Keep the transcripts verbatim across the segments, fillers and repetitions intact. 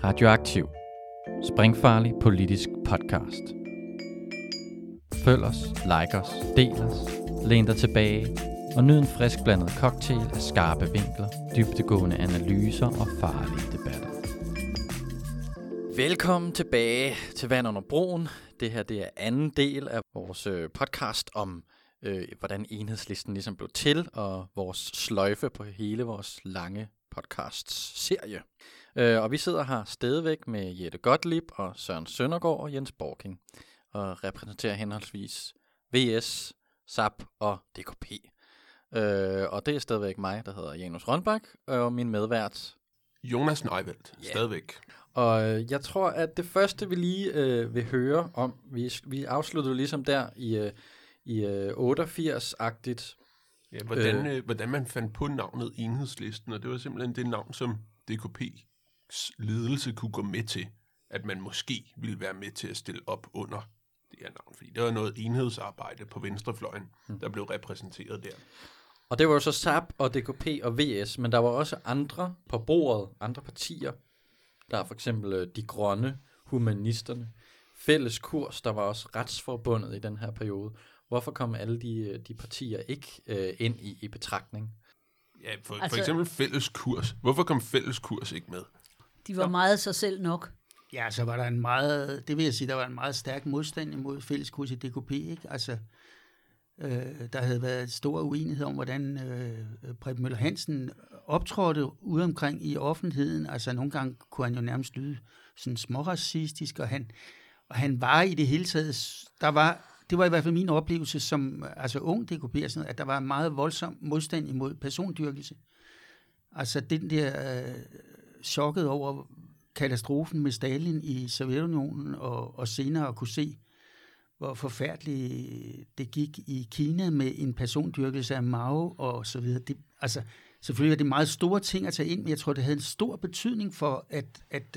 Radioaktiv. Springfarlig politisk podcast. Følg os, like os, del os, læn dig tilbage og nyd en frisk blandet cocktail af skarpe vinkler, dybdegående analyser og farlige debatter. Velkommen tilbage til Vand under broen. Det her det er anden del af vores øh, podcast om, øh, hvordan Enhedslisten ligesom blev til, og vores sløjfe på hele vores lange podcasts-serie. Øh, og vi sidder her stadigvæk med Jette Gottlieb og Søren Søndergaard og Jens Borking, og repræsenterer henholdsvis V S, S A P og D K P. Øh, og det er stadigvæk mig, der hedder Janus Rønbak, og min medvært Jonas Neuwelt, yeah. Stadigvæk. Og øh, jeg tror, at det første, vi lige øh, vil høre om, vi, vi afsluttede ligesom der i, øh, i øh, otteogfirs-agtigt. Ja, hvordan, øh, hvordan man fandt på navnet Enhedslisten, og det var simpelthen det navn, som D K P's ledelse kunne gå med til, at man måske ville være med til at stille op under det her navn, fordi det var noget enhedsarbejde på venstrefløjen, mm. der blev repræsenteret der. Og det var jo så S A P og D K P og V S, men der var også andre på bordet, andre partier. Der er for eksempel De Grønne, Humanisterne, Fælles Kurs, der var også Retsforbundet i den her periode. Hvorfor kom alle de, de partier ikke øh, ind i, i betragtning? Ja, for, altså, for eksempel Fælles Kurs. Hvorfor kom Fælles Kurs ikke med? De var meget sig selv nok. Ja, så var der en meget, det vil jeg sige, der var en meget stærk modstand imod Fælles Kurs i D K P, ikke? Altså, øh, der havde været stor uenighed om, hvordan øh, Preben Møller Hansen optrådte ude omkring i offentligheden. Altså, nogle gange kunne han jo nærmest lyde sådan småracistisk, og han, og han var i det hele taget, der var, det var i hvert fald min oplevelse som altså ung D K P, sådan, at der var meget voldsom modstand imod persondyrkelse. Altså, den der øh, chokket over katastrofen med Stalin i Sovjetunionen, og, og senere at kunne se, hvor forfærdeligt det gik i Kina med en persondyrkelse af Mao og så videre. Det, altså, selvfølgelig er det meget store ting at tage ind, men jeg tror, det havde en stor betydning for, at, at,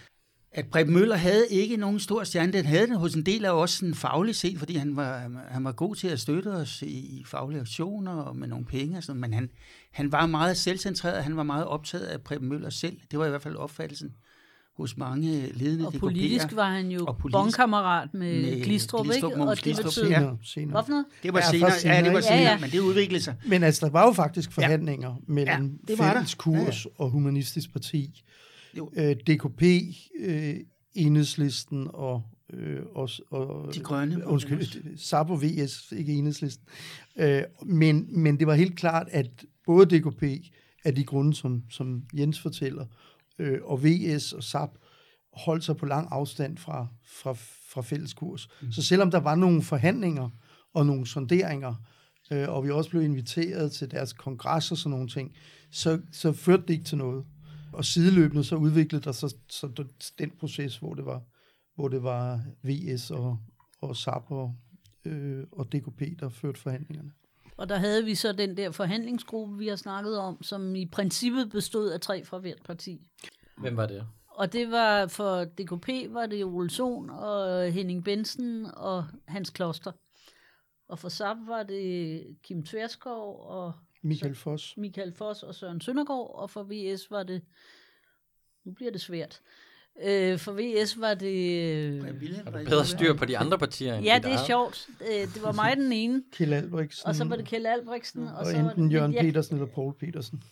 at Preben Møller havde ikke nogen stor stjerne. Den havde den hos en del af os sådan fagligt set, fordi han var, han var god til at støtte os i, i faglige aktioner og med nogle penge og sådan, men han, han var meget selvcentreret, han var meget optaget af Preben Møller selv. Det var i hvert fald opfattelsen hos mange ledende og D K P'er. Politisk var han jo bondkammerat med, med Glistrup, ikke? Og det Glistrup, betød... Ja. Senere. Hvad Det var ja, senere, senere, ja, det var senere, ja, ja. Men det udviklede sig. Men altså, der var jo faktisk forhandlinger ja. mellem ja, Fælles Kurs ja, ja. og Humanistisk Parti, øh, D K P, øh, Enhedslisten og... Øh, og, og De Grønne. Undskyld, S A P og V S, ikke Enhedslisten. Øh, men, men det var helt klart, at både D K P af de grunde, som, som Jens fortæller, øh, og V S og S A P holdt sig på lang afstand fra, fra, fra Fælles Kurs. Mm. Så selvom der var nogle forhandlinger og nogle sonderinger, øh, og vi også blev inviteret til deres kongres og sådan nogle ting, så, så førte det ikke til noget. Og sideløbende så udviklede der så, så den proces, hvor det var, hvor det var V S og, og S A P og, øh, og D K P, der førte forhandlingerne. Og der havde vi så den der forhandlingsgruppe, vi har snakket om, som i princippet bestod af tre fra hvert parti. Hvem var det? Og det var for D K P, var det Ole Sohn og Henning Bentzen og Hans Kloster. Og for S A P var det Kim Tverskov og Michael Foss. Michael Foss og Søren Søndergaard. Og for V S var det, nu bliver det svært, øh, for V S var det... Har du bedre styr på de andre partier end Ja, det er der? Sjovt. Det var mig den ene. Kjeld Albrechtsen. Og så var det Kjeld Albrechtsen. Og, og, og så enten var det, Jørgen ja, Petersen eller Poul Petersen.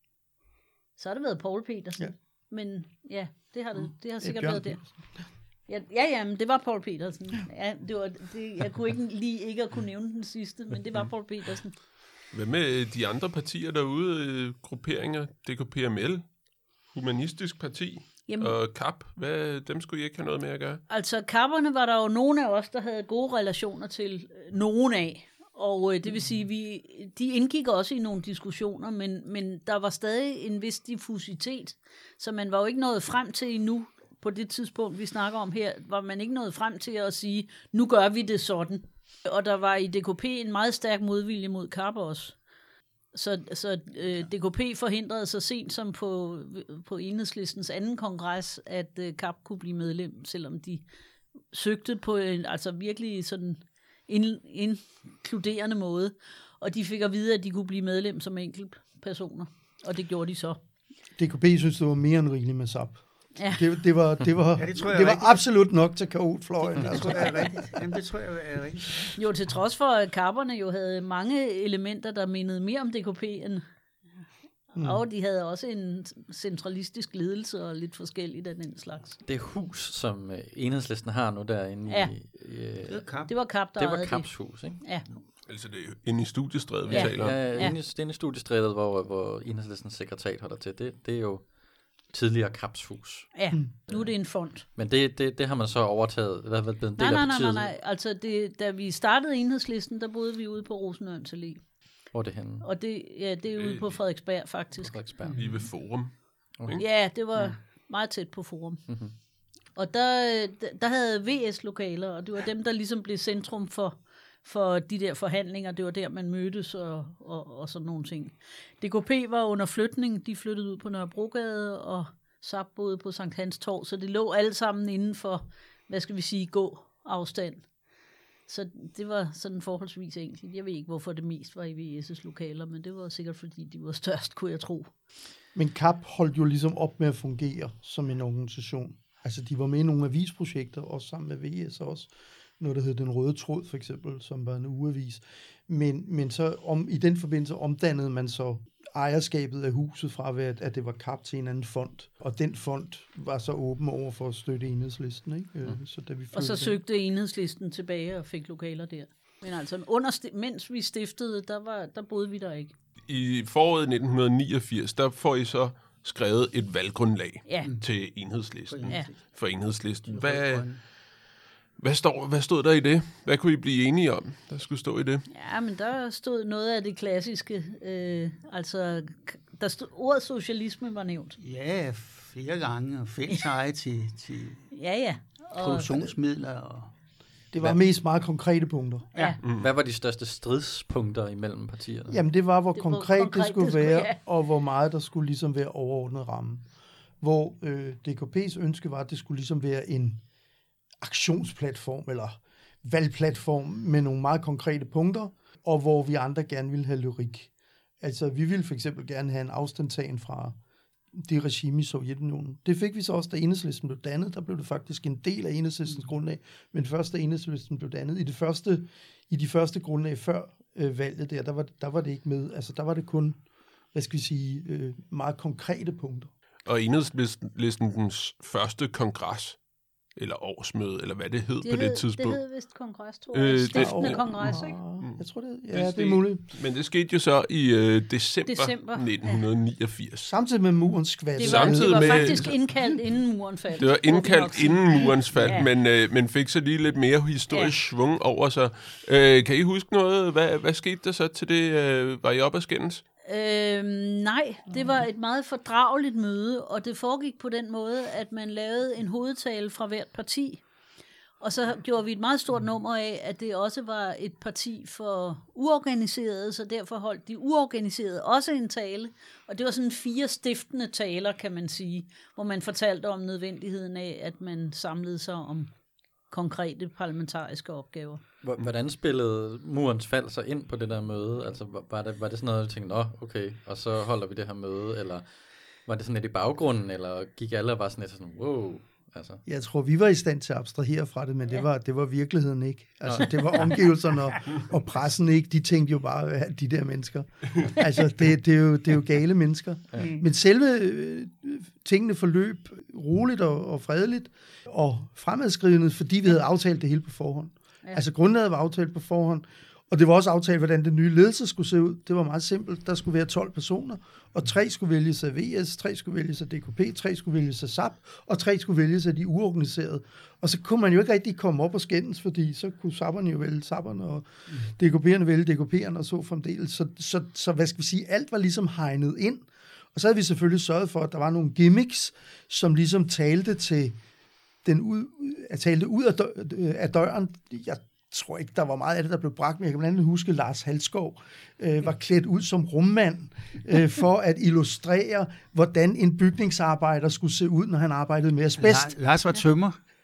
Så har det været Poul Petersen. Ja. Men ja, det har, det, det har sikkert været der. Ja, ja, ja, men det var Poul Petersen. Ja, det var, det, jeg kunne ikke lige ikke at kunne nævne den sidste, men det var Poul Petersen. Hvad med de andre partier derude, grupperinger, D K P M L, Humanistisk Parti Jamen, og K A P? Hvad, dem skulle I ikke have noget med at gøre? Altså, kapperne var der jo nogle af os, der havde gode relationer til nogen af. Og øh, det vil sige, vi de indgik også i nogle diskussioner, men, men der var stadig en vis diffusitet, så man var jo ikke nået frem til endnu, på det tidspunkt, vi snakker om her, var man ikke nået frem til at sige, nu gør vi det sådan. Og der var i D K P en meget stærk modvilje mod K A P også. Så, så øh, D K P forhindrede så sent som på, på Enhedslistens anden kongres, at øh, K A P kunne blive medlem, selvom de søgte på en altså virkelig sådan inkluderende måde, og de fik at vide, at de kunne blive medlem som enkeltpersoner, og det gjorde de så. D K P synes, det var mere end rigeligt med S A P. Ja. Det, det var, det var, Ja, det tror jeg det er var rigtigt. absolut nok til kaotfløjen. Det tror jeg er rigtigt. Jamen, det tror jeg er rigtigt. Jo, til trods for, at kapperne jo havde mange elementer, der mindede mere om D K P end... Mm. Og de havde også en centralistisk ledelse og lidt forskelligt af den slags. Det hus, som øh, Enhedslisten har nu derinde Ja. i... Øh, Det er Kap. Det var Kap, der det var ejede Kaps hus, ikke? Ja. Altså, det er jo inde i studiestrædet, vi Ja. taler om. Ja, Ja. inde i, det er inde i studiestrædet, hvor, hvor Enhedslistens sekretariat holder til. Det, det er jo tidligere Kaps hus. Ja, nu er det en fond. Men det, det, det har man så overtaget. Det har været en del Nej, nej, af nej, partiet. nej, nej. Altså, det, da vi startede Enhedslisten, der boede vi ude på Rosenørns Allé. Hvor er det henne? Og det, ja, det er ude på Frederiksberg, faktisk. Frederiksberg. Lige ved Forum. Ja, det var meget tæt på Forum. Mhm. Og der, der havde V S-lokaler, og det var dem, der ligesom blev centrum for, for de der forhandlinger. Det var der, man mødtes og, og, og sådan nogle ting. D K P var under flytning. De flyttede ud på Nørrebrogade, og S A P boede på Sankt Hans Torv, så det lå alle sammen inden for, hvad skal vi sige, gå afstand. Så det var sådan forholdsvis enkelt. Jeg ved ikke, hvorfor det mest var i V S' lokaler, men det var sikkert, fordi de var størst, kunne jeg tro. Men Kap holdt jo ligesom op med at fungere som en organisation. Altså, de var med i nogle avisprojekter, også sammen med V S også. Noget, der hed Den Røde Tråd, for eksempel, som var en ugeavis. Men, men så om, i den forbindelse omdannede man så ejerskabet af huset fra, at, at det var Kap til en anden fond. Og den fond var så åben over for at støtte Enhedslisten, ikke? Mm. Så da vi Og så flyttede- søgte Enhedslisten tilbage og fik lokaler der. Men altså, under sti- mens vi stiftede, der, var, der boede vi der ikke. I foråret nitten niogfirs, der får I så skrevet et valggrundlag Ja. til Enhedslisten. Ja. For Enhedslisten. Hvad, hvad, står, hvad stod der i det? Hvad kunne I blive enige om, der skulle stå i det? Ja, men der stod noget af det klassiske. Øh, altså, k- der stod, ordet socialisme var nævnt. Ja, flere gange, og fælles eje til, til Ja, ja. Og, produktionsmidler. Og Det var mest meget konkrete punkter. ja. Mm. Hvad var de største stridspunkter imellem partierne? Jamen, det var, hvor Det var konkret, konkret, det skulle det skulle- være, ja. og hvor meget der skulle ligesom være overordnet ramme. Hvor øh, D K P's ønske var, at det skulle ligesom være en aktionsplatform, eller valgplatform med nogle meget konkrete punkter, og hvor vi andre gerne ville have lyrik. Altså, vi ville for eksempel gerne have en afstandtagen fra det regime i Sovjetunionen. Det fik vi så også, da Enhedslisten blev dannet. Der blev det faktisk en del af Enhedslistens grundlag, men først da Enhedslisten blev dannet. I, det første, i de første grundlag før øh, valget der, der var, der var det ikke med. Altså, der var det kun, hvad skal vi sige, øh, meget konkrete punkter. Og Enhedslistens første kongres, eller årsmøde, eller hvad det hed Det på hed, det tidspunkt. det hed vist kongres, tror Øh, jeg. det- Stiftende det- kongres, ikke? Jeg tror det, Det ja, det er skete- muligt. Men det skete jo så i øh, december, December, ja. nitten niogfirs. Samtidig med murens skvad. Det var, Samtidig det var med- faktisk indkaldt inden muren faldt. Det var må vi nok indkaldt sige. inden murens fald, Ja. men, øh, men fik så lige lidt mere historisk Ja. svung over sig. Øh, kan I huske noget? Hvad, hvad skete der så til det? Øh, var I op at skændes? Øhm, nej, det var et meget fordrageligt møde, og det foregik på den måde, at man lavede en hovedtale fra hvert parti. Og så gjorde vi et meget stort nummer af, at det også var et parti for uorganiserede, så derfor holdt de uorganiserede også en tale. Og det var sådan fire stiftende taler, kan man sige, hvor man fortalte om nødvendigheden af, at man samlede sig om konkrete parlamentariske opgaver. H- Hvordan spillede murens fald så ind på det der møde? Altså, var- var det, var det sådan noget, du tænkte, nå, okay, og så holder vi det her møde, eller var det sådan lidt i baggrunden, eller gik alle og var sådan lidt sådan, wow, altså. Jeg tror, vi var i stand til at abstrahere fra det, men det, Ja. var, det var virkeligheden ikke. Altså, det var omgivelserne og, og pressen ikke. De tænkte jo bare, at de der mennesker. Altså, det, det, er, jo, det er jo gale mennesker. Ja. Men selve øh, tingene forløb roligt og, og fredeligt og fremadskrivende, fordi vi havde aftalt det hele på forhånd. Ja. Altså, grundlaget var aftalt på forhånd, og det var også aftalt, hvordan den nye ledelse skulle se ud. Det var meget simpelt. Der skulle være tolv personer, og tre skulle vælges af V S, tre skulle vælges af D K P, tre skulle vælges af S A P, og tre skulle vælges af de uorganiserede. Og så kunne man jo ikke rigtig komme op og skændes, fordi så kunne S A P'erne jo vælge S A P'erne, og D K P'erne vælge D K P'erne, og så fremdeles. Så, så, så hvad skal vi sige, alt var ligesom hegnet ind. Og så havde vi selvfølgelig sørget for, at der var nogle gimmicks, som ligesom talte til den ud, talte ud af, dør, af døren. Jeg tror ikke, der var meget af det, der blev bragt, men jeg kan blandt andet huske, at Lars Halskov øh, var klædt ud som rummand øh, for at illustrere, hvordan en bygningsarbejder skulle se ud, når han arbejdede med asbest. Lars, Lars var tømmer.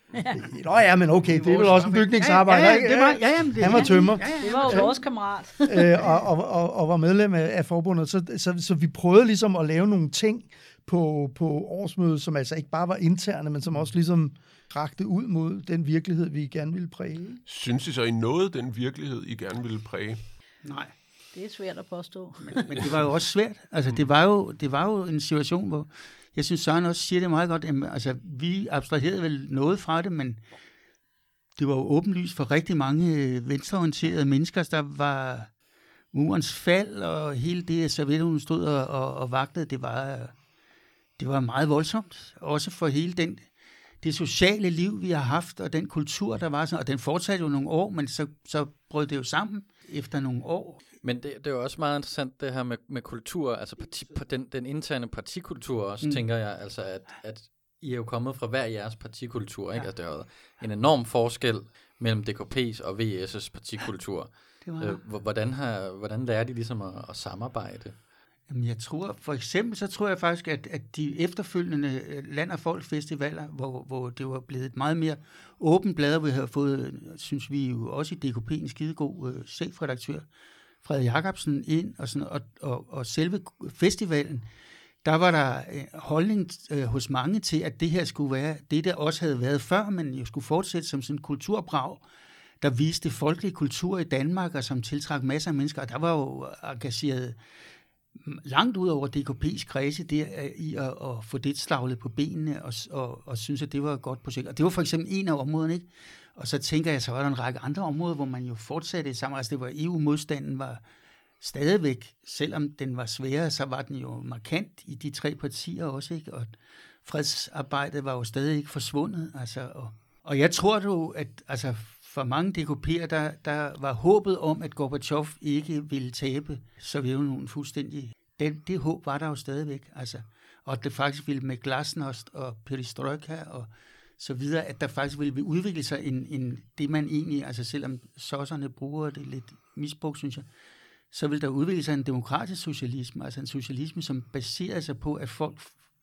Nå ja, men okay, det er vel også en bygningsarbejder. Ja, ja, ikke? det var, ja, jamen, det, Han var tømrer. Ja, ja, Det var jo vores kammerat. øh, og, og, og, og var medlem af, af forbundet. Så, så, så vi prøvede ligesom at lave nogle ting på, på årsmødet, som altså ikke bare var interne, men som også ligesom rakte ud mod den virkelighed, vi gerne ville præge. Synes I så, I nåede den virkelighed, I gerne ville præge? Nej. Det er svært at påstå. Men, men det var jo også svært. Altså, det var jo, det var jo en situation, hvor jeg synes, Søren også siger det meget godt. Jamen, altså, vi abstraherede vel noget fra det, men det var jo åbenlyst for rigtig mange venstreorienterede mennesker, der var murens fald, og hele det, Sovjetunionen stod og, og, og vagtede, det var, det var meget voldsomt. Også for hele den, det sociale liv, vi har haft, og den kultur, der var sådan, og den fortsatte jo nogle år, men så, så brød det jo sammen efter nogle år. Men det, det er jo også meget interessant, det her med, med kultur, altså parti, den, den interne partikultur også, mm. tænker jeg, altså at, at I er jo kommet fra hver jeres partikultur, ikke? Ja. Altså, der er jo en enorm forskel mellem D K P's og V S' partikultur. Det var... øh, hvordan, har, hvordan lærer de ligesom at, at samarbejde? Jamen, jeg tror, for eksempel, så tror jeg faktisk, at, at de efterfølgende Land og Folk festivaler, hvor, hvor det var blevet et meget mere åbent blad, og vi har fået, synes vi jo også i D K P, en skidegod øh, chefredaktør, Frederik Jacobsen, ind, og, sådan, og, og, og selve festivalen, der var der holdning øh, hos mange til, at det her skulle være det, der også havde været før, men jo skulle fortsætte som sådan en kulturbrag, der viste folkelig kultur i Danmark, og som tiltrak masser af mennesker, og der var jo engageret langt ud over D K P's kredse der i at, at få det slaglet på benene, og, og, og synes, at det var et godt projekt. Og det var for eksempel en af områderne, ikke? Og så tænker jeg, så var der en række andre områder, hvor man jo fortsatte sammen. Altså det var E U-modstanden var stadigvæk, selvom den var sværere, så var den jo markant i de tre partier også, ikke? Og fredsarbejdet var jo stadig ikke forsvundet. Altså, og, og jeg tror jo, at altså, for mange D K P'er, der, der var håbet om, at Gorbachev ikke ville tabe Sovjetunionen fuldstændig. Det, det håb var der jo stadigvæk. Altså, og at det faktisk ville med glasnost og perestrojka og så videre, at der faktisk ville udvikle sig en, en, det, man egentlig, altså selvom sosserne bruger det lidt misbrug, synes jeg, så vil der udvikle sig en demokratisk socialisme, altså en socialisme, som baserer sig på, at folk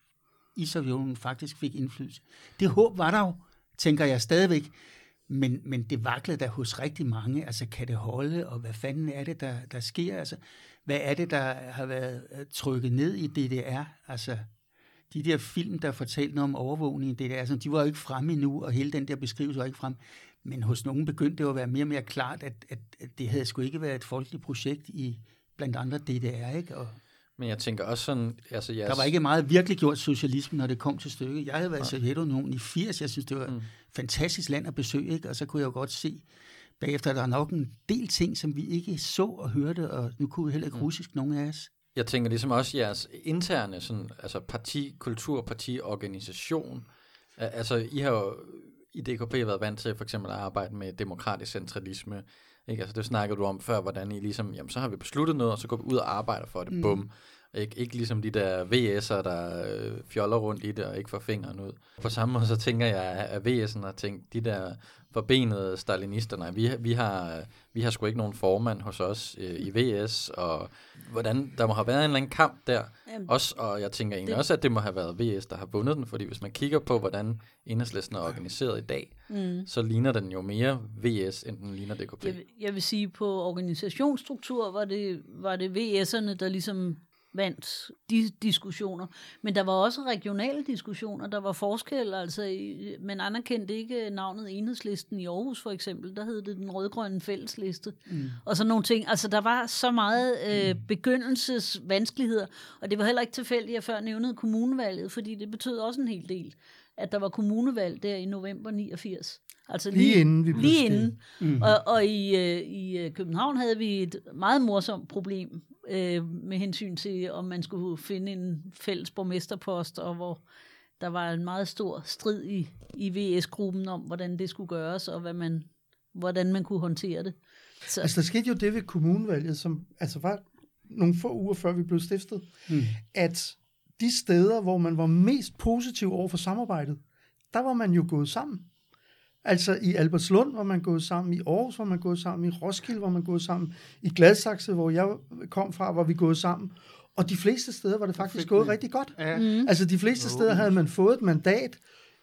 i Sovjetunionen faktisk fik indflydelse. Det håb var der jo, tænker jeg stadigvæk, men, men det vaklede der hos rigtig mange. Altså, kan det holde, og hvad fanden er det, der, der sker? Altså, hvad er det, der har været trykket ned i D D R? Altså, de der film, der fortalte noget om overvågning i D D R, altså, de var jo ikke fremme endnu, og hele den der beskrivelse var ikke fremme. Men hos nogen begyndte det jo at være mere og mere klart, at, at, at det havde sgu ikke været et folkeligt projekt i blandt andre D D R, ikke? Og men jeg tænker også sådan, altså jeres... Der var ikke meget virkelig gjort socialisme, når det kom til stykket. Jeg havde været i Sovjetunionen i firs, jeg synes, det var et mm. fantastisk land at besøge, ikke? Og så kunne jeg jo godt se, bagefter der er nok en del ting, som vi ikke så og hørte, og nu kunne vi heller ikke mm. russisk, nogen af os. Jeg tænker ligesom også jeres interne sådan, altså partikultur, partiorganisation. Altså, I har jo i D K P været vant til for eksempel at arbejde med demokratisk centralisme. Ikke? Altså, det snakkede du om før, hvordan I ligesom, jamen så har vi besluttet noget, og så går vi ud og arbejder for det, mm. bum. Ikke, ikke ligesom de der V S'er, der øh, fjoller rundt i det og ikke får fingeren ud. På samme måde så tænker jeg, at V S'en har tænkt, de der forbenede stalinister, nej, vi, vi, har, vi har sgu ikke nogen formand hos os øh, i V S, og hvordan, der må have været en eller anden kamp der, Jamen, også, og jeg tænker egentlig det, også, at det må have været V S, der har vundet den, fordi hvis man kigger på, hvordan Enhedslisten er organiseret i dag, mm. så ligner den jo mere V S, end den ligner D K P. Jeg, jeg vil sige, på organisationsstruktur var det, var det V S'erne, der ligesom vandt de diskussioner. Men der var også regionale diskussioner. Der var forskel, altså man anerkendte ikke navnet Enhedslisten i Aarhus for eksempel. Der hed det den rødgrønne fællesliste. Mm. Og sådan nogle ting. Altså der var så meget øh, begyndelsesvanskeligheder, og det var heller ikke tilfældigt, at jeg før nævnede kommunevalget, fordi det betød også en hel del, at der var kommunevalg der i november niogfirs. Altså lige, lige inden vi blev lige inden. Mm. Og, og i, øh, i København havde vi et meget morsomt problem øh, med hensyn til, om man skulle finde en fælles borgmesterpost, og hvor der var en meget stor strid i, i V S-gruppen om, hvordan det skulle gøres, og hvad man, hvordan man kunne håndtere det. Så. Altså, der skete jo det ved kommunevalget, som altså var nogle få uger før vi blev stiftet, mm. at de steder, hvor man var mest positiv over for samarbejdet, der var man jo gået sammen. Altså i Albertslund var man gået sammen, i Aarhus var man gået sammen, i Roskilde var man gået sammen, i Gladsaxe, hvor jeg kom fra, var vi gået sammen. Og de fleste steder var det faktisk gået rigtig godt. Ja. Mm. Altså de fleste steder havde man fået et mandat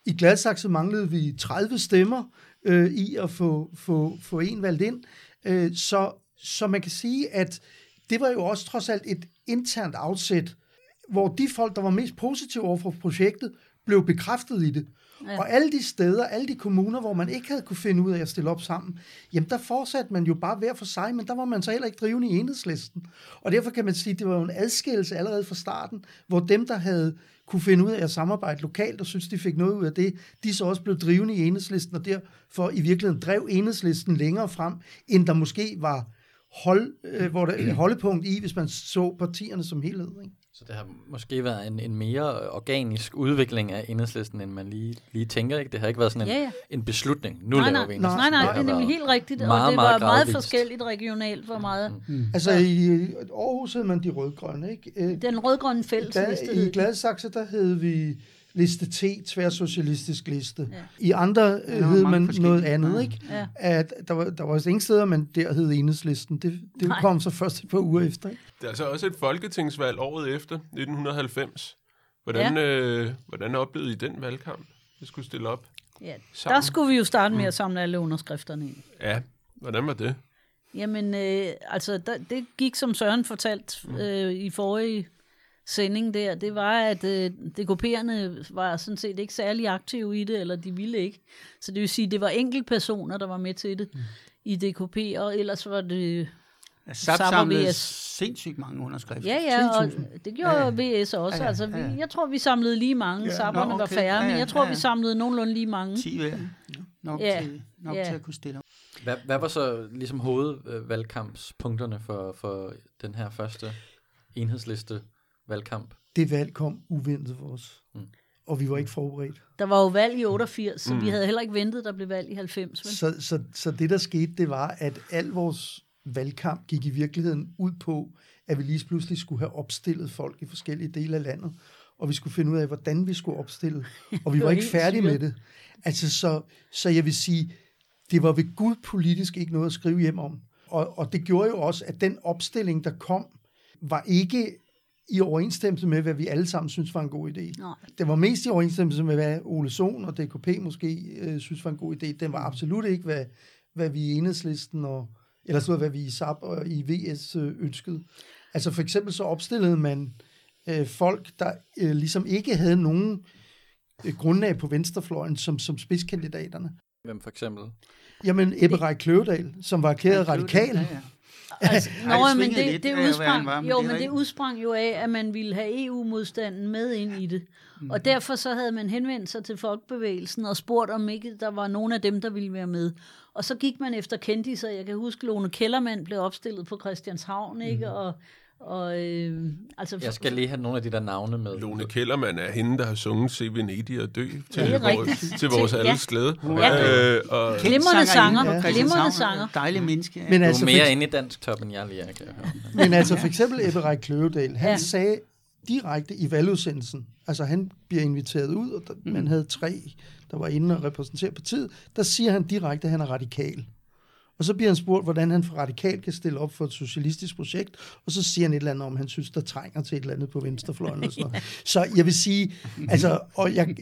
I Gladsaxe manglede vi tredive stemmer øh, i at få, få, få en valgt ind. Øh, så, så man kan sige, at det var jo også trods alt et internt afsæt, hvor de folk, der var mest positive over for projektet, blev bekræftet i det. Ja. Og alle de steder, alle de kommuner, hvor man ikke havde kunne finde ud af at stille op sammen, jamen der fortsatte man jo bare hver for sig, men der var man så heller ikke drivende i Enhedslisten. Og derfor kan man sige, at det var jo en adskillelse allerede fra starten, hvor dem, der havde kunne finde ud af at samarbejde lokalt, og synes, de fik noget ud af det, de så også blev drivende i Enhedslisten, og derfor i virkeligheden drev Enhedslisten længere frem, end der måske var hold, øh, hvor der, holdepunkt i, hvis man så partierne som helhed, ikke? Så det har måske været en, en mere organisk udvikling af Enhedslisten, end man lige, lige tænker, ikke? Det har ikke været sådan en, ja, ja. en beslutning. Nu nej, laver vi nej, nej, nej, det er nemlig helt rigtigt, meget, og det var meget, meget forskelligt regionalt for meget. Mm. Mm. Altså i Aarhus hed man de rødgrønne, ikke? Den rødgrønne fællesliste. I Gladsaxe, der hed vi liste T, tværsocialistisk liste. Ja. I andre ja, hed man noget andet, ja. Ikke? Ja. At der var, der var ingen steder, man der hed Enhedslisten. Det, det kom så først et par uger efter. Ikke? Det er altså også et folketingsvalg året efter, nitten halvfems. Hvordan, ja. øh, hvordan oplevede I den valgkamp, det skulle stille op? Ja, der skulle vi jo starte med at samle alle underskrifterne ind. Ja, hvordan var det? Jamen, øh, altså, der, det gik, som Søren fortalt øh, i forrige sending der, det var, at øh, D K P'erne var sådan set ikke særlig aktive i det, eller de ville ikke. Så det vil sige, det var enkeltpersoner, der var med til det mm. i D K P, og ellers var det ja, S A P samlede sindssygt mange underskrifter. Ja, ja, og det gjorde ja, ja. V S også. Ja, ja, altså, vi, ja, ja. Jeg tror, vi samlede lige mange. Ja, Sapperne no, okay. var færre, ja, ja, men jeg tror, ja, ja. vi samlede nogenlunde lige mange. ti hver. Nok, ja, til, nok ja. til at kunne stille. Hvad, hvad var så ligesom hovedvalgkampspunkterne for, for den her første enhedsliste valgkamp? Det valg kom uventet for os, mm. og vi var ikke forberedt. Der var jo valg i otteogfirs, så mm. vi havde heller ikke ventet, der blev valg i halvfems. Vel? Så, så, så det, der skete, det var, at al vores valgkamp gik i virkeligheden ud på, at vi lige pludselig skulle have opstillet folk i forskellige dele af landet, og vi skulle finde ud af, hvordan vi skulle opstille, og vi var, var ikke færdige med det. Altså, så, så jeg vil sige, det var ved Gud politisk ikke noget at skrive hjem om. Og, og det gjorde jo også, at den opstilling, der kom, var ikke i overensstemmelse med, hvad vi alle sammen synes var en god idé. Nej. Det var mest i overensstemmelse med, hvad Ole Sohn og D K P måske øh, synes var en god idé. Den var absolut ikke, hvad, hvad vi i Enhedslisten, og, eller så hvad vi i S A P og i V S øh, ønskede. Altså for eksempel så opstillede man øh, folk, der øh, ligesom ikke havde nogen øh, grundlag på venstrefløjen som, som spidskandidaterne. Hvem for eksempel? Jamen Ebbe Rej Kløvedal, som var erklæret radikal. Ja, ja. Altså, nå, Ej, men det, det, udsprang, var, men jo, det men det udsprang jo af, at man ville have E U-modstanden med ind i det. Mm. Og derfor så havde man henvendt sig til folkebevægelsen og spurgt, om ikke der var nogen af dem, der ville være med. Og så gik man efter kendiser. Jeg kan huske, Lone Kellermann blev opstillet på Christianshavn, ikke? Mm. Og, og, øh, altså, jeg skal lige have nogle af de der navne med. Lone Kellermann er hende, der har sunget Se Venedig og dø til, ja, vores, til vores alles glæde. Ja. Øh, og glimrende sanger. Ja. Glimrende sanger. Dejlig menneske. Ja. Men altså, du er mere inde i dansk top, end jeg lige er, kan jeg høre. Men altså for eksempel Ebbe Rej Kløvedal, han ja. sagde direkte i valgudsendelsen, altså han bliver inviteret ud, og der, mm. man havde tre, der var inde og repræsentere partiet, der siger han direkte, at han er radikal. Og så bliver han spurgt, hvordan han for radikal kan stille op for et socialistisk projekt, og så siger han et eller andet om, han synes, der trænger til et eller andet på venstrefløjen. Og sådan noget. Så jeg vil sige, altså, og jeg,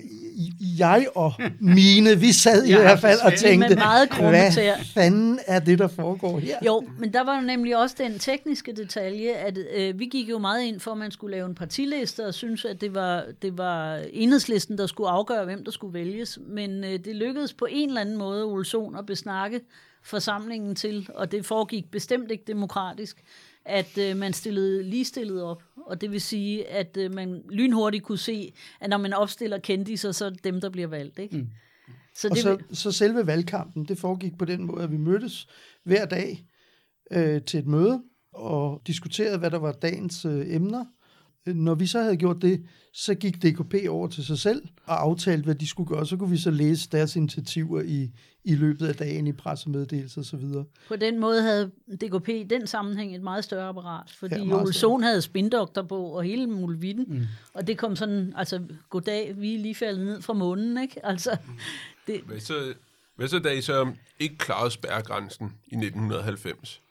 jeg og mine, vi sad i hvert fald og tænkte, hvad fanden er det, der foregår her? Jo, men der var jo nemlig også den tekniske detalje, at øh, vi gik jo meget ind for, at man skulle lave en partiliste, og synes, at det var, det var Enhedslisten, der skulle afgøre, hvem der skulle vælges. Men øh, det lykkedes på en eller anden måde, Ole Sohn, at besnakke forsamlingen til, og det foregik bestemt ikke demokratisk, at øh, man stillede ligestillet op. Og det vil sige, at øh, man lynhurtigt kunne se, at når man opstiller kendiser, så er det dem, der bliver valgt. Ikke? Mm. Så, og det, så, så selve valgkampen, det foregik på den måde, at vi mødtes hver dag øh, til et møde og diskuterede, hvad der var dagens øh, emner. Når vi så havde gjort det, så gik D K P over til sig selv og aftalte, hvad de skulle gøre. Så kunne vi så læse deres initiativer i, i løbet af dagen i pressemeddelelser og så videre. På den måde havde D K P i den sammenhæng et meget større apparat, fordi ja, Ole Sohn havde spindoktor på og hele muligheden. Mm. Og det kom sådan, altså goddag, vi er lige faldet ned fra månen, ikke? Altså, det... Hvad så, hvad så da I så ikke klarede spærregrænsen i nitten halvfems?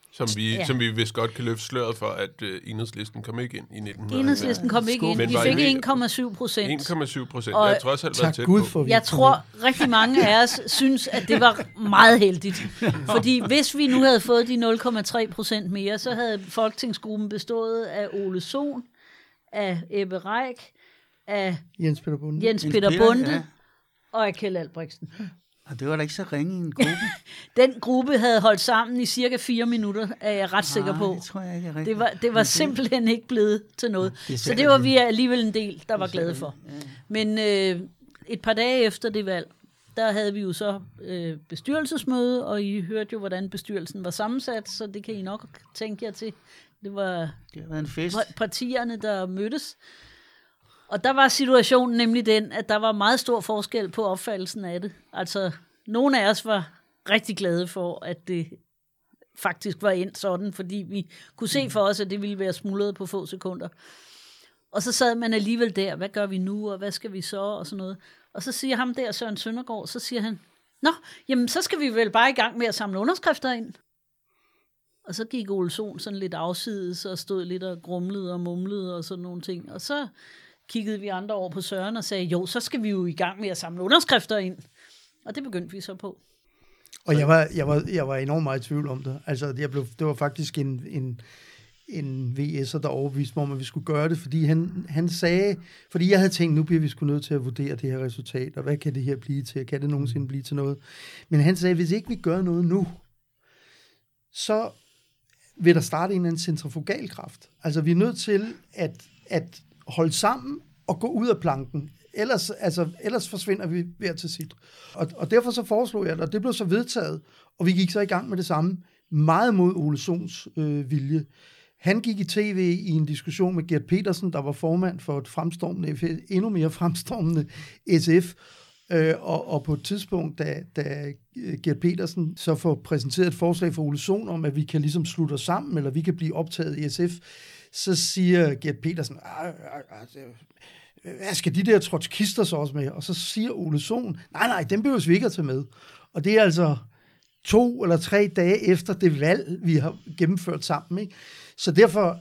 Som vi, Ja. ja. som vi vist godt kan løfte sløret for, at uh, Enhedslisten kom ikke ind i nitten halvfems. Enhedslisten kom ikke ind. Men De var fik helt- en komma syv procent. en komma syv procent. Og- Jeg har trods alt været Tak tæt Gud på. for, vi Jeg ikke kom tror, rigtig mange af os synes, at det var meget heldigt. Fordi hvis vi nu havde fået de nul komma tre procent mere, så havde folketingsgruppen bestået af Ole Sohn, af Ebbe Reich, af ind. Jens Peter Bunde. Jens Jens Peter Peter, Bunde ja. og af Kjeld Albrechtsen. Og det var da ikke så ringe en gruppe. Den gruppe havde holdt sammen i cirka fire minutter, er jeg ret sikker Nej, på. det tror jeg ikke er rigtigt. Det var, det var simpelthen ikke blevet til noget. Det er Så svært det at var vide. vi alligevel en del, der var glade for. Men øh, et par dage efter det valg, der havde vi jo så øh, bestyrelsesmøde, og I hørte jo, hvordan bestyrelsen var sammensat, så det kan I nok tænke jer til. Det var Det har været en fest. partierne, der mødtes. Og der var situationen nemlig den, at der var meget stor forskel på opfattelsen af det. Altså, nogle af os var rigtig glade for, at det faktisk var endt sådan, fordi vi kunne se for os, at det ville være smuldret på få sekunder. Og så sad man alligevel der, hvad gør vi nu, og hvad skal vi så, og sådan noget. Og så siger ham der, Søren Søndergaard, så siger han, nå, jamen så skal vi vel bare i gang med at samle underskrifter ind. Og så gik Ole Sohn sådan lidt afsides, og stod lidt og grumlede og mumlede og sådan nogle ting. Og så kiggede vi andre over på Søren og sagde, jo, så skal vi jo i gang med at samle underskrifter ind. Og det begyndte vi så på. Og jeg var, jeg, var, jeg var enormt meget i tvivl om det. Altså, jeg blev, det var faktisk en, en, en V S'er, der overbeviste mig om, at vi skulle gøre det, fordi han, han sagde, fordi jeg havde tænkt, nu bliver vi sgu nødt til at vurdere det her resultat, og hvad kan det her blive til? Kan det nogensinde blive til noget? Men han sagde, hvis ikke vi gør noget nu, så vil der starte en eller anden centrifugalkraft. Altså, vi er nødt til at, at holde sammen og gå ud af planken. Ellers, altså, ellers forsvinder vi hver til sit. Og, og derfor så foreslog jeg det, og det blev så vedtaget, og vi gik så i gang med det samme, meget mod Ole Sohns øh, vilje. Han gik i tv i en diskussion med Gert Petersen, der var formand for et fremstormende, endnu mere fremstormende S F, øh, og, og på et tidspunkt, da, da Gert Petersen så får præsenteret et forslag for Ole Sohn om, at vi kan ligesom slutte os sammen, eller vi kan blive optaget i S F, så siger Gert Petersen, hvad skal de der trotskister så også med? Og så siger Ole Sohn, nej, nej, dem behøver vi ikke at tage med. Og det er altså to eller tre dage efter det valg, vi har gennemført sammen. Ikke? Så derfor,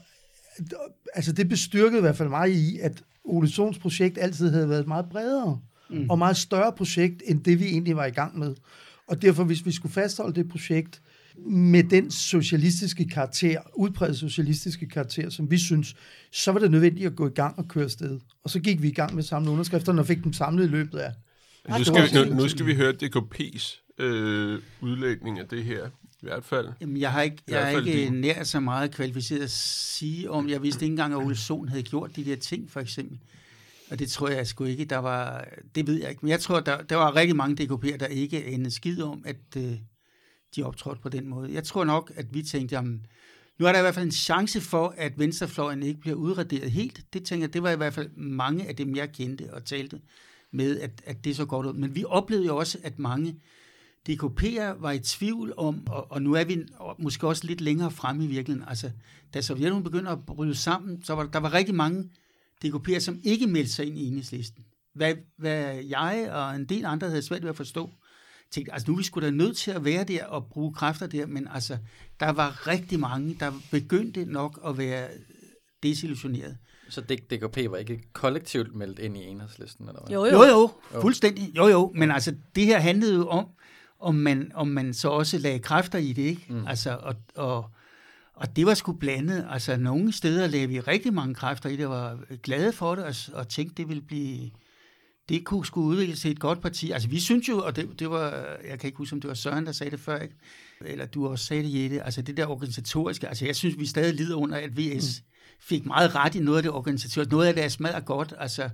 altså det bestyrkede i hvert fald mig i, at Ole Sohns projekt altid havde været et meget bredere mm. og meget større projekt, end det vi egentlig var i gang med. Og derfor, hvis vi skulle fastholde det projekt med den socialistiske karakter, udpræget socialistiske karakter, som vi synes, så var det nødvendigt at gå i gang og køre afsted. Og så gik vi i gang med at samle underskrifterne og fik dem samlet i løbet af. Nu skal, vi, nu, nu skal vi høre D K P's øh, udlægning af det her, i hvert fald. Jamen, jeg har ikke, jeg er hvert fald ikke din. nær så meget kvalificeret at sige om, jeg vidste ikke engang, at Ole Sohn havde gjort de der ting, for eksempel. Og det tror jeg sgu ikke, der var, det ved jeg ikke. Men jeg tror, der, der var rigtig mange D K P'er, der ikke anede skid om, at øh, de optrådte på den måde. Jeg tror nok, at vi tænkte, jamen, nu er der i hvert fald en chance for, at venstrefløjen ikke bliver udraderet helt. Det tænker jeg, det var i hvert fald mange af dem, jeg kendte og talte med, at, at det så godt ud. Men vi oplevede jo også, at mange D K P'er var i tvivl om, og, og nu er vi måske også lidt længere fremme i virkeligheden. Altså, da Sovjetunionen begynder at bryde sammen, så var der, der var rigtig mange D K P'er, som ikke meldte sig ind i Enhedslisten. Hvad, hvad jeg og en del andre havde svært ved at forstå. Tænkte, altså nu er vi sgu da nødt til at være der og bruge kræfter der, men altså, der var rigtig mange, der begyndte nok at være desillusioneret. Så D K P var ikke kollektivt meldt ind i Enhedslisten, eller hvad? Jo, Jo, jo. jo, fuldstændig. Jo, jo, men altså, det her handlede jo om, om man, om man så også lagde kræfter i det, ikke? Mm. Altså, og, og, og det var sgu blandet. Altså, nogle steder lagde vi rigtig mange kræfter i det, og var glade for det, og, og tænkte, det ville blive, det kunne skulle udvikle sig et godt parti. Altså, vi synes jo, og det, det var, jeg kan ikke huske, om det var Søren, der sagde det før, ikke? Eller du også sagde det, Jette, altså det der organisatoriske, altså jeg synes, vi stadig lider under, at V S mm. fik meget ret i noget af det organisatoriske. Noget af det er smadret godt, altså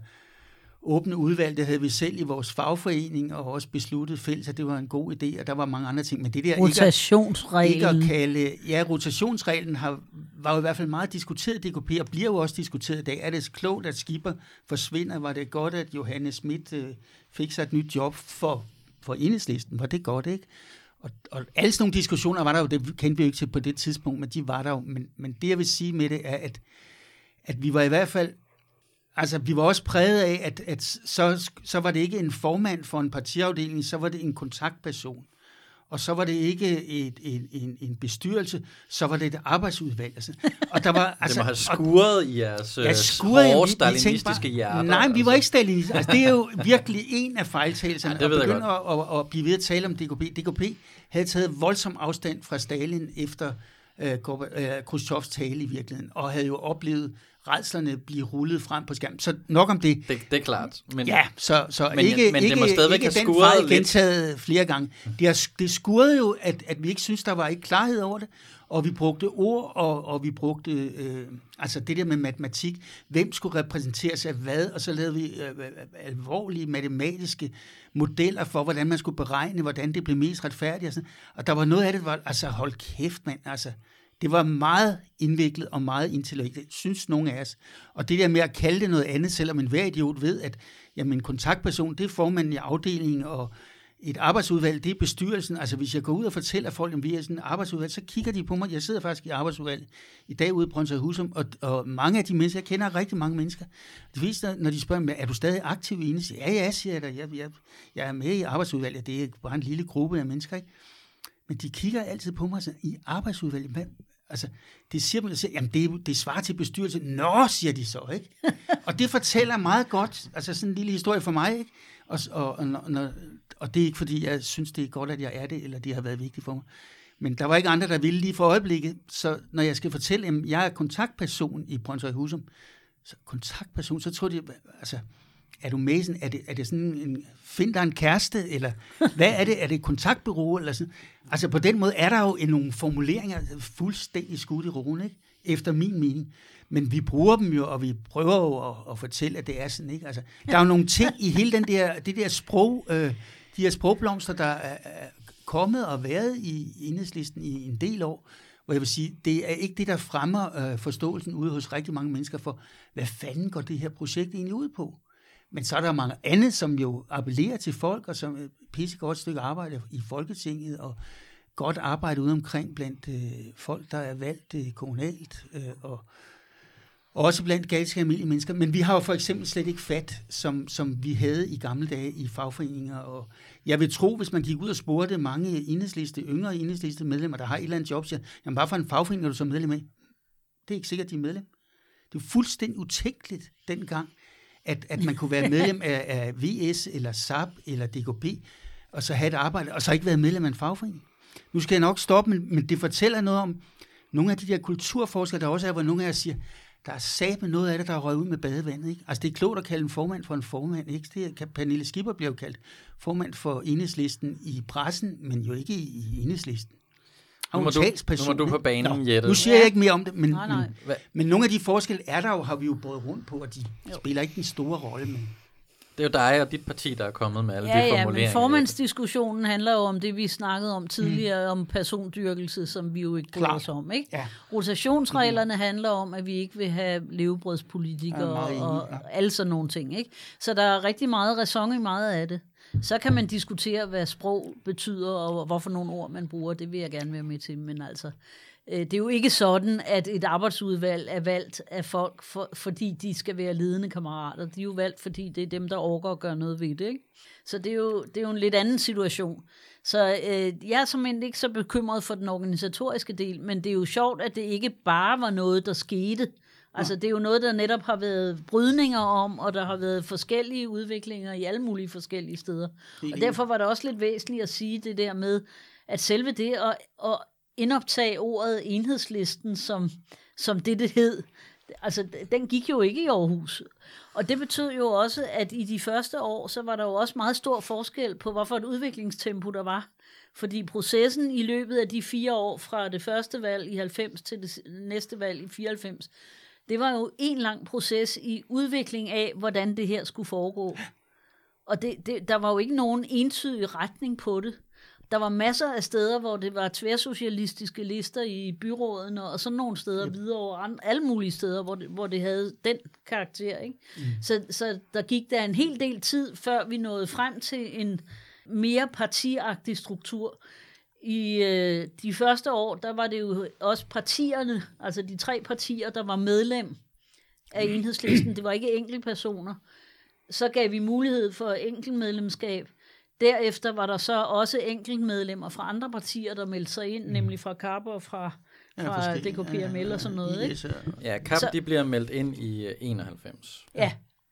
åbne udvalg, det havde vi selv i vores fagforening, og også besluttet fælles, at det var en god idé, og der var mange andre ting. Men det der Rotationsreglen. Ikke at, ikke at kalde, ja, rotationsreglen har, var jo i hvert fald meget diskuteret i D K P, og bliver jo også diskuteret i dag. Er det klogt, at Skipper forsvinder? Var det godt, at Johannes Schmidt øh, fik sig et nyt job for, for Enhedslisten? Var det godt, ikke? Og, og alle sådan nogle diskussioner var der jo, det kendte vi jo ikke til på det tidspunkt, men de var der jo. Men, men det, jeg vil sige med det, er, at, at vi var i hvert fald, altså vi var også præget af, at, at så, så var det ikke en formand for en partiafdeling, så var det en kontaktperson. og så var det ikke et, en, en, en bestyrelse, så var det et arbejdsudvalg. Altså. Og der var, altså, det må have skuret og, i jeres ja, skuret, hårde vi, stalinistiske hjerter. Nej, men vi var ikke stalinistiske. Altså, det er jo virkelig en af fejltagelserne. Ja, det ved at begynde jeg at, at, at blive ved at tale om D K P. D K P havde taget voldsom afstand fra Stalin efter øh, øh, Khrushchevs tale i virkeligheden, og havde jo oplevet rædslerne blive rullet frem på skærmen. Så nok om det. Det, det er klart. Men, ja, så, så men, ikke, men ikke, det må stadigvæk ikke have den skuret fejl lidt. gentaget flere gange. Det, har, det skurede jo, at, at vi ikke synes, der var ikke klarhed over det, og vi brugte ord, og, og vi brugte øh, altså det der med matematik. Hvem skulle repræsenteres af hvad? Og så lavede vi øh, alvorlige matematiske modeller for, hvordan man skulle beregne, hvordan det blev mest retfærdigt. Og, sådan. Og der var noget af det, der var, altså hold kæft, mand, altså. Det var meget indviklet og meget intellektuelt, synes nogle af os. Og det der med at kalde det noget andet, selvom enhver idiot ved, at jamen, en kontaktperson, det er formanden i afdelingen, og et arbejdsudvalg, det er bestyrelsen. Altså hvis jeg går ud og fortæller folk, at vi er sådan et arbejdsudvalg, så kigger de på mig. Jeg sidder faktisk i arbejdsudvalget i dag ude i Brønshøj Husum, og, og mange af de mennesker, jeg kender rigtig mange mennesker, de fleste, når de spørger mig, er du stadig aktiv i Enhedslisten? Ja, ja, siger jeg da. Jeg, jeg, jeg er med i arbejdsudvalget, det er bare en lille gruppe af mennesker, ikke? Men de kigger altid på mig sådan, i arbejdsudvalget. Hvad? Altså, det siger man, jamen det, det svarer til bestyrelse. Nå, siger de så, ikke? Og det fortæller meget godt, altså sådan en lille historie for mig, ikke? Og, og, og, når, og det er ikke, fordi jeg synes, det er godt, at jeg er det, eller det har været vigtigt for mig. Men der var ikke andre, der ville lige for øjeblikket. Så når jeg skal fortælle, at jeg er kontaktperson i Brønshøj Husum, så kontaktperson, så tror de, altså, er du med sådan, er det, er det sådan en, find dig en kæreste, eller hvad er det, er det et kontaktbureau, eller sådan? Altså på den måde er der jo nogle formuleringer fuldstændig skudt i roen, ikke? Efter min mening. Men vi bruger dem jo, og vi prøver jo at, at fortælle, at det er sådan, ikke? Altså, der er jo nogle ting i hele den der, det der sprog, øh, de her sprogblomster, der er, er kommet og været i Enhedslisten i en del år, hvor jeg vil sige, det er ikke det, der fremmer øh, forståelsen ude hos rigtig mange mennesker for, hvad fanden går det her projekt egentlig ud på? Men så er der mange andet, som jo appellerer til folk, og som pisse godt stykke arbejde i Folketinget, og godt arbejde ude omkring blandt øh, folk, der er valgt øh, kommunalt, øh, og også blandt ganske almindelige mennesker. Men vi har jo for eksempel slet ikke fat, som, som vi havde i gamle dage i fagforeninger. Og jeg vil tro, hvis man gik ud og spurgte mange enhedsliste, yngre enhedsliste medlemmer, der har et eller andet job, siger, jamen bare for en fagforening er du så medlem af. Det er ikke sikkert, de er medlem. Det er fuldstændig utænkeligt dengang, at, at man kunne være medlem af, af V S eller S A P eller D K P, og så have et arbejde, og så ikke være medlem af en fagforening. Nu skal jeg nok stoppe, men, men det fortæller noget om nogle af de der kulturforskere, der også er, hvor nogle af jer siger, der er sat med noget af det, der er røget ud med badevandet. Ikke? Altså det er klogt at kalde en formand for en formand. Ikke? Det er, Pernille Skipper bliver jo kaldt formand for Enhedslisten i pressen, men jo ikke i, i Enhedslisten. Nu må, du, nu må du på banen, Nå, Jette. Nu siger jeg ikke mere om det, men, nej, nej. men, men nogle af de forskelle er der jo, har vi jo båret rundt på, og de jo. spiller ikke den store rolle. Men det er jo dig og dit parti, der er kommet med alle ja, de formuleringer. Ja, men formandsdiskussionen handler jo om det, vi snakkede om tidligere, mm. om persondyrkelse, som vi jo ikke bryder os om. Ikke? Ja. Rotationsreglerne mm. handler om, at vi ikke vil have levebrødspolitikere og ja. alle sådan nogle ting. Ikke? Så der er rigtig meget ræson i meget af det. Så kan man diskutere, hvad sprog betyder, og hvorfor nogle ord man bruger. Det vil jeg gerne være med til, men altså... Det er jo ikke sådan, at et arbejdsudvalg er valgt af folk, for, fordi de skal være ledende kammerater. De er jo valgt, fordi det er dem, der orker at gøre noget ved det. Ikke? Så det er, jo, det er jo en lidt anden situation. Så øh, jeg er simpelthen ikke så bekymret for den organisatoriske del, men det er jo sjovt, at det ikke bare var noget, der skete. Altså det er jo noget, der netop har været brydninger om, og der har været forskellige udviklinger i alle mulige forskellige steder. Og derfor var det også lidt væsentligt at sige det der med, at selve det at, at indoptage ordet Enhedslisten som, som det, det hed. Altså, den gik jo ikke i Aarhus. Og det betød jo også, at i de første år, så var der jo også meget stor forskel på, hvorfor et udviklingstempo der var. Fordi processen i løbet af de fire år, fra det første valg i halvfems til det næste valg i fireoghalvfems, det var jo en lang proces i udvikling af, hvordan det her skulle foregå. Og det, det, der var jo ikke nogen entydig retning på det. Der var masser af steder, hvor det var tværsocialistiske lister i byrådene, og sådan nogle steder yep. videre over alle mulige steder, hvor det, hvor det havde den karakter. Ikke? Mm. Så, så der gik der en hel del tid, før vi nåede frem til en mere partiagtig struktur. I øh, de første år, der var det jo også partierne, altså de tre partier, der var medlem af Enhedslisten. Det var ikke enkeltpersoner. Så gav vi mulighed for enkeltmedlemskab. Derefter var der så også enkeltmedlemmer fra andre partier, der meldte sig ind, mm. nemlig fra K A P og fra, fra ja, D K P M L og sådan noget. Ikke? Ja, K A P så, de bliver meldt ind i enoghalvfems. Ja.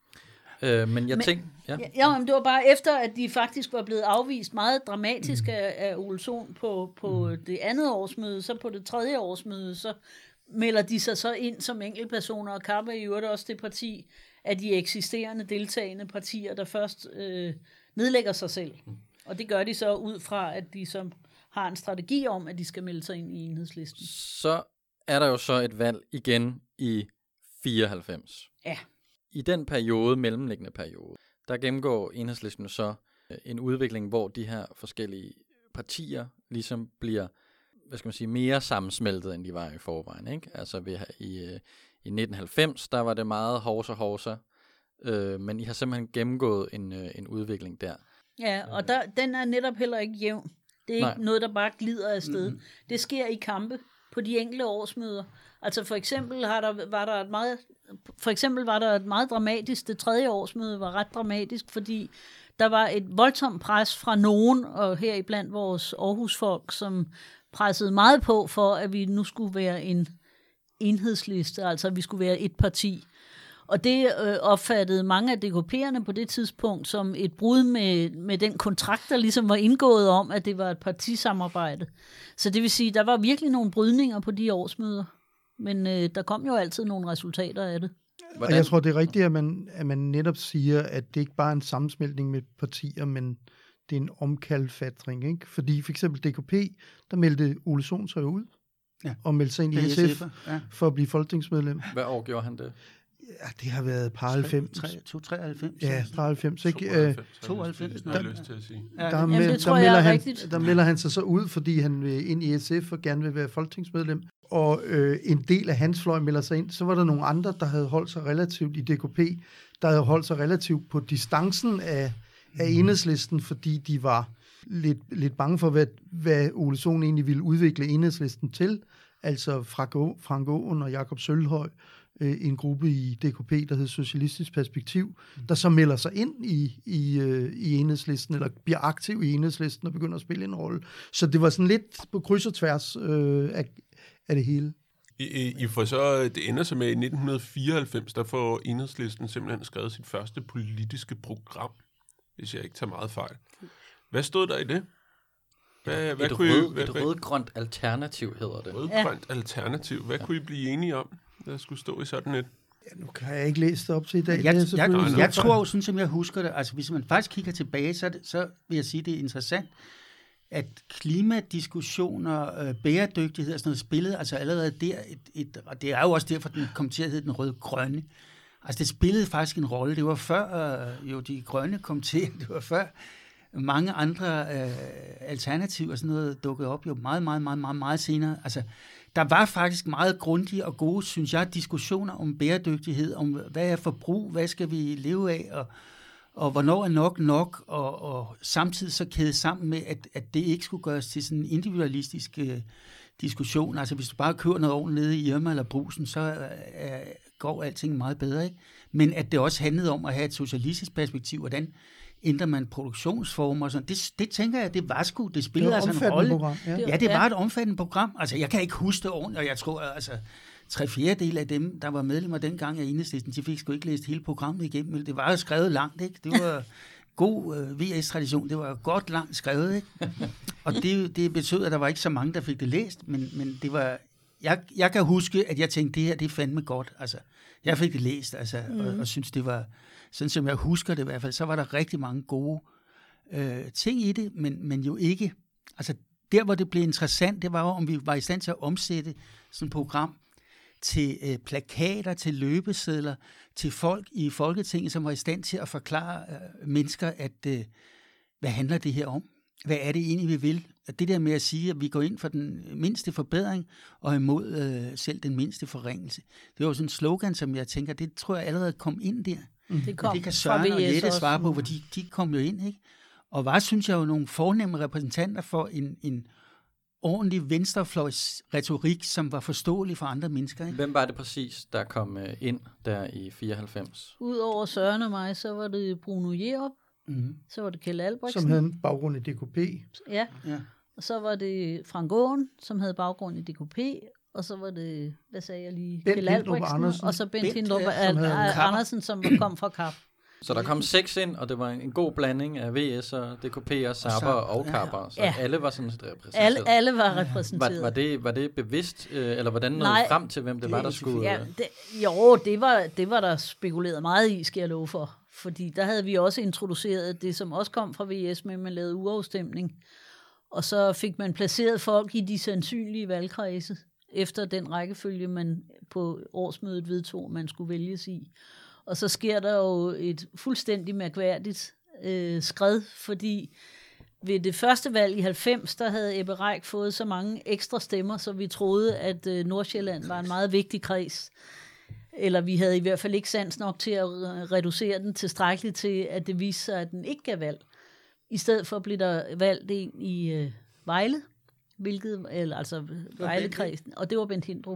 Øh, men jeg tænkte... Ja. Ja, men det var bare efter, at de faktisk var blevet afvist meget dramatisk mm. af, af Ole Sohn på, på mm. det andet årsmøde, så på det tredje årsmøde, så melder de sig så ind som enkeltpersoner, og K A P er i øvrigt også det parti af de eksisterende deltagende partier, der først øh, nedlægger sig selv. Mm. Og det gør de så ud fra, at de så har en strategi om, at de skal melde sig ind i enhedslisten. Så er der jo så et valg igen i fireoghalvfems. Ja. I den periode, mellemliggende periode, der gennemgår enhedslisten så en udvikling, hvor de her forskellige partier ligesom bliver, hvad skal man sige, mere sammensmeltet, end de var i forvejen, ikke? Altså ved, i, i nitten halvfems, der var det meget hovser hovser, øh, men I har simpelthen gennemgået en, en udvikling der. Ja, og der, den er netop heller ikke jævn. Det er Nej. ikke noget, der bare glider afsted. Mm-hmm. Det sker i kampe på de enkelte årsmøder. Altså for eksempel har der, var der et meget, for eksempel var der et meget dramatisk, det tredje årsmøde var ret dramatisk, fordi der var et voldsomt pres fra nogen, og heriblandt vores Aarhusfolk, som pressede meget på for, at vi nu skulle være en enhedsliste, altså at vi skulle være et parti. Og det øh, opfattede mange af D K P'erne på det tidspunkt som et brud med, med den kontrakt, der ligesom var indgået om, at det var et partisamarbejde. Så det vil sige, der var virkelig nogle brydninger på de årsmøder. Men øh, der kom jo altid nogle resultater af det. Hvordan? Og jeg tror, det er rigtigt, at man, at man netop siger, at det ikke bare er en sammensmeltning med partier, men det er en omkalfatring, ikke? Fordi for eksempel D K P, der meldte Ole Sohn sig ud, ja. og meldte sig ind i S F ja. for at blive folketingsmedlem. Hvad år gjorde han det? Ja, det har været par halvfems. treoghalvfems Ja, treoghalvfems, ikke? tooghalvfems, der, der, lyst til at sige. Der, der, Jamen, det tror der, melder han, der melder han sig så ud, fordi han vil ind i S F og gerne vil være folketingsmedlem. Og øh, en del af hans fløj melder sig ind. Så var der nogle andre, der havde holdt sig relativt i D K P, der havde holdt sig relativt på distancen af, af enhedslisten, fordi de var lidt, lidt bange for, hvad, hvad Ole Sohn egentlig ville udvikle enhedslisten til. Altså Frank Aaen og Jakob Sølvhøj, øh, en gruppe i D K P, der hed Socialistisk Perspektiv, der så melder sig ind i, i, øh, i enhedslisten, eller bliver aktiv i enhedslisten og begynder at spille en rolle. Så det var sådan lidt på kryds og tværs øh, af, af det hele. I, I får så, det ender så med i nitten fireoghalvfems, der får enhedslisten simpelthen skrevet sit første politiske program, hvis jeg ikke tager meget fejl. Hvad stod der i det? Hvad, et hvad rød, kunne I, hvad, et rød-grønt alternativ hedder det. Rød-grønt ja. alternativ. Hvad ja. kunne I blive enige om, der skulle stå i sådan et? Ja, nu kan jeg ikke læse det op til i dag. Jeg, jeg, jeg, jeg, jeg tror jo, sådan som jeg husker det, altså hvis man faktisk kigger tilbage, så, det, så vil jeg sige, det er interessant, at klimadiskussioner, øh, bæredygtighed og sådan noget spillede, altså allerede der, et, et, og det er jo også derfor, den kom til at hedde den røde-grønne. Altså det spillede faktisk en rolle. Det var før, øh, jo de grønne kom til, det var før mange andre øh, alternativer og sådan noget dukkede op jo meget, meget, meget, meget, meget senere. Altså der var faktisk meget grundige og gode, synes jeg, diskussioner om bæredygtighed, om hvad er forbrug, hvad skal vi leve af, og og hvornår er nok nok, og, og samtidig så kædet sammen med, at, at det ikke skulle gøres til sådan en individualistisk øh, diskussion. Altså hvis du bare kører noget ordentligt nede i Irma eller Brugsen, så øh, går alting meget bedre, ikke? Men at det også handlede om at have et socialistisk perspektiv, hvordan ændrer man produktionsformer og sådan. Det, det tænker jeg, det var sgu, det spillede det altså en rolle. Program, ja. ja, det var et omfattende program. Altså jeg kan ikke huske det ordentligt, og jeg tror altså tre fjerdedel af dem, der var medlemmer dengang af Enhedslisten, de fik sgu ikke læst hele programmet igennem, men det var jo skrevet langt, ikke? Det var god øh, V S-tradition, det var godt langt skrevet, ikke? Og det, det betød, at der var ikke så mange, der fik det læst, men, men det var, jeg, jeg kan huske, at jeg tænkte, det her, det er fandme godt, altså. Jeg fik det læst, altså, mm. og, og synes, det var, sådan som jeg husker det i hvert fald, så var der rigtig mange gode øh, ting i det, men, men jo ikke, altså der, hvor det blev interessant, det var jo, om vi var i stand til at omsætte sådan et program til øh, plakater, til løbesedler, til folk i Folketinget, som var i stand til at forklare øh, mennesker, at øh, hvad handler det her om? Hvad er det egentlig, vi vil? At det der med at sige, at vi går ind for den mindste forbedring, og imod øh, selv den mindste forringelse. Det var jo sådan en slogan, som jeg tænker, det tror jeg allerede kom ind der. Mm. Det, kom det kan Søren og Jette svare på, for de, de kom jo ind, ikke? Og var, synes jeg, jo nogle fornemme repræsentanter for en, en ordentlig venstrefløjs retorik, som var forståelig for andre mennesker, ikke? Hvem var det præcis, der kom ind der i fireoghalvfems? Udover Søren og mig, så var det Bruno Jerup, Mm. Så var det Kjeld Albrechtsen. som havde en baggrund i D K P. Ja, Ja. og så var det Frank Aaen, som havde baggrund i D K P, og så var det, hvad sagde jeg lige, Bent Kjeld Hindrup Albrechtsen, Andersen. og så Bent Bent, Hindrup ja, som havde Al- Kapper. Andersen, som var- kom fra Kap. Så der kom seks ind, og det var en god blanding af V S og D K P og Zapper og, og ja, Kapper. Så ja. alle var sådan set repræsenteret. Alle, alle var Var, repræsenteret. var, det, var det bevidst, øh, eller hvordan nåede Nej. I frem til, hvem det, Det var, er der ikke skulle... Ja, det, jo, det var, det var der spekuleret meget i, skal jeg love for. Fordi der havde vi også introduceret det, som også kom fra V S, med man lavede urafstemning. Og så fik man placeret folk i de sandsynlige valgkredse, efter den rækkefølge, man på årsmødet vedtog, man skulle vælges i. Og så sker der jo et fuldstændig mærkværdigt øh, skred, fordi ved det første valg i halvfems, der havde Ebbe Reich fået så mange ekstra stemmer, så vi troede, at øh, Nordsjælland var en meget vigtig kreds. Eller vi havde i hvert fald ikke sans nok til at reducere den tilstrækkeligt til, at det viste sig, at den ikke gav valg. I stedet for blev der valgt en i øh, Vejle, hvilket, eller, altså Vejlekredsen, og det var Bent Hindrup.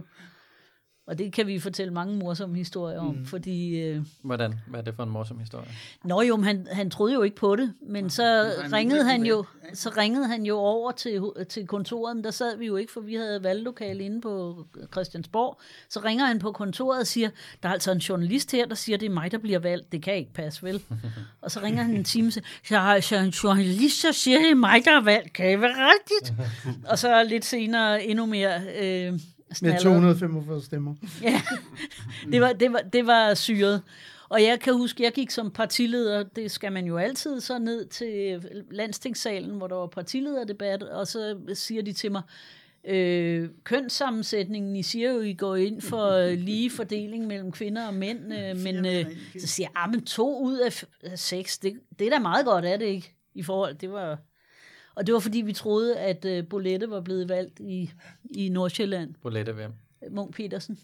Og det kan vi fortælle mange morsomme historier om, mm. fordi... Øh, Hvordan? Hvad er det for en morsom historie? Nå jo, men han, han troede jo ikke på det, men så han ringede han jo, ja. så ringede han jo over til, til kontoret, men der sad vi jo ikke, for vi havde valglokale inde på Christiansborg. Så ringer han på kontoret og siger, der er altså en journalist her, der siger, det er mig, der bliver valgt. Det kan ikke passe, vel? Og så ringer han en time og siger, jeg har altså en journalist, der siger, det er mig, der er valgt. Kan det være rigtigt? Og så lidt senere endnu mere... Øh, Med to hundrede og femogfyrre stemmer. Ja, det var, det, var, det var syret. Og jeg kan huske, jeg gik som partileder, det skal man jo altid så ned til landstingssalen, hvor der var partilederdebat, og så siger de til mig, øh, kønssammensætningen, I siger jo, I går ind for øh, lige fordeling mellem kvinder og mænd, øh, men øh, så siger jeg, ah, men to ud af f- seks, det, det er da meget godt, er det ikke? I forhold, det var... Og det var, fordi vi troede, at øh, Bolette var blevet valgt i, i Nordsjælland. Bolette hvem? Munk Petersen.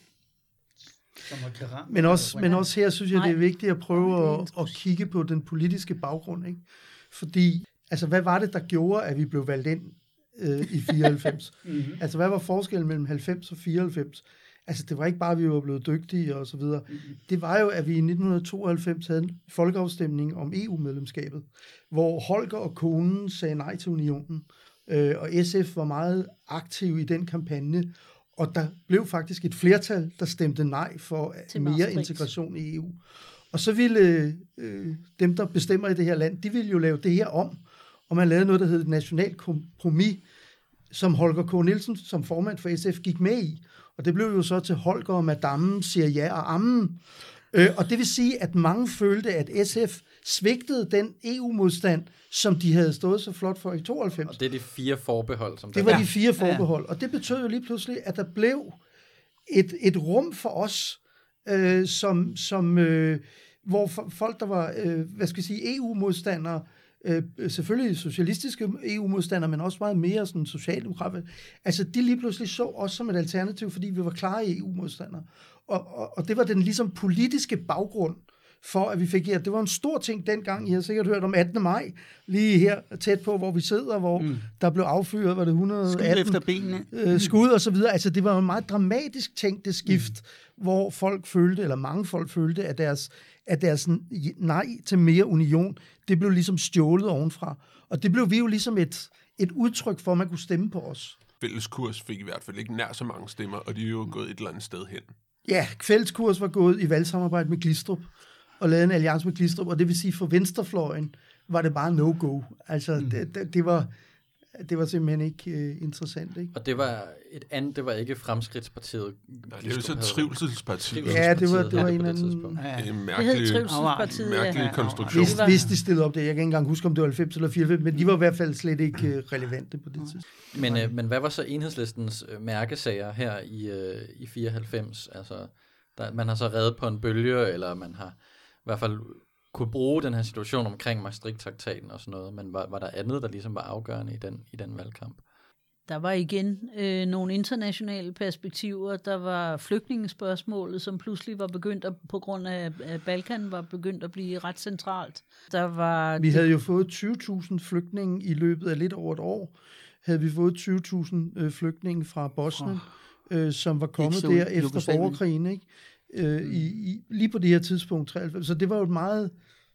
Som var keram. Men også, men også her synes jeg, Nej. det er vigtigt at prøve Nej, det er at, at kigge på den politiske baggrund. Ikke? Fordi, altså, hvad var det, der gjorde, at vi blev valgt ind øh, i fireoghalvfems? Mm-hmm. Altså, hvad var forskellen mellem halvfems og fireoghalvfems? Altså, det var ikke bare, at vi var blevet dygtige og så videre. Mm-hmm. Det var jo, at vi i nitten tooghalvfems havde en folkeafstemning om E U-medlemskabet, hvor Holger og konen sagde nej til unionen, øh, og S F var meget aktiv i den kampagne, og der blev faktisk et flertal, der stemte nej for Til mere Maastricht. integration i E U. Og så ville øh, dem, der bestemmer i det her land, de ville jo lave det her om, og man lavede noget, der hed et nationalt kompromis, som Holger K. Nielsen som formand for S F gik med i. Og det blev jo så til Holger og Madame siger ja og ammen. Øh, og det vil sige, at mange følte, at S F svigtede den E U-modstand, som de havde stået så flot for i tooghalvfems. Og det er de fire forbehold, som Det der var de fire forbehold. Og det betød jo lige pludselig, at der blev et, et rum for os, øh, som, som, øh, hvor folk, der var øh, hvad skal jeg sige, E U-modstandere, øh, selvfølgelig socialistiske E U-modstandere, men også meget mere sådan socialdemokrater, altså de lige pludselig så os som et alternativ, fordi vi var klare E U-modstandere. Og, og, og det var den ligesom politiske baggrund for, at vi fik her. Det var en stor ting dengang. I har sikkert hørt om attende maj, lige her tæt på, hvor vi sidder, hvor mm. der blev affyret, var det et hundrede og atten Skud efter benene. øh, skud og så videre. Altså, det var jo en meget dramatisk ting, det skift, mm. hvor folk følte, eller mange folk følte, at deres, at deres nej til mere union, det blev ligesom stjålet ovenfra. Og det blev vi jo ligesom et, et udtryk for, at man kunne stemme på os. Fælleskurs fik i hvert fald ikke nær så mange stemmer, og de er jo gået et eller andet sted hen. Ja, Fælleskurs var gået i valgsamarbejde med Glistrup, og lavede en alliance med Glistrup, og det vil sige, for venstrefløjen var det bare no-go. Altså, mm. det, det, det, var, det var simpelthen ikke uh, interessant, ikke? Og det var et andet, det var ikke Fremskridtspartiet. Nej, det er jo så trivselspartiet. Ja, det var, det var havde en på anden... tidspunkt. Ja, Det er en Det mærkelig, hed Trivselspartiet. mærkelig ja. konstruktion. Hvis, var- hvis de stillede op det, jeg kan ikke engang huske, om det var halvfems eller fireoghalvfems, men de var i hvert fald slet ikke uh, relevante på det tidspunkt. Men, øh, men hvad var så Enhedslistens øh, mærkesager her i, øh, i fireoghalvfems? Altså, der, man har så reddet på en bølge, eller man har i hvert fald kunne bruge den her situation omkring Maastricht-traktaten og sådan noget, men var, var der andet, der ligesom var afgørende i den, i den valgkamp? Der var igen øh, nogle internationale perspektiver. Der var flygtningespørgsmålet, som pludselig var begyndt at, på grund af, at Balkan var begyndt at blive ret centralt. Der var Vi havde jo fået tyve tusind flygtninge i løbet af lidt over et år. Havde vi fået tyve tusind øh, flygtninge fra Bosnien, øh, som var kommet så der efter Jugoslavien. borgerkrigen, ikke? Øh, i, i, lige på det her tidspunkt, treoghalvfems. Så det var jo et meget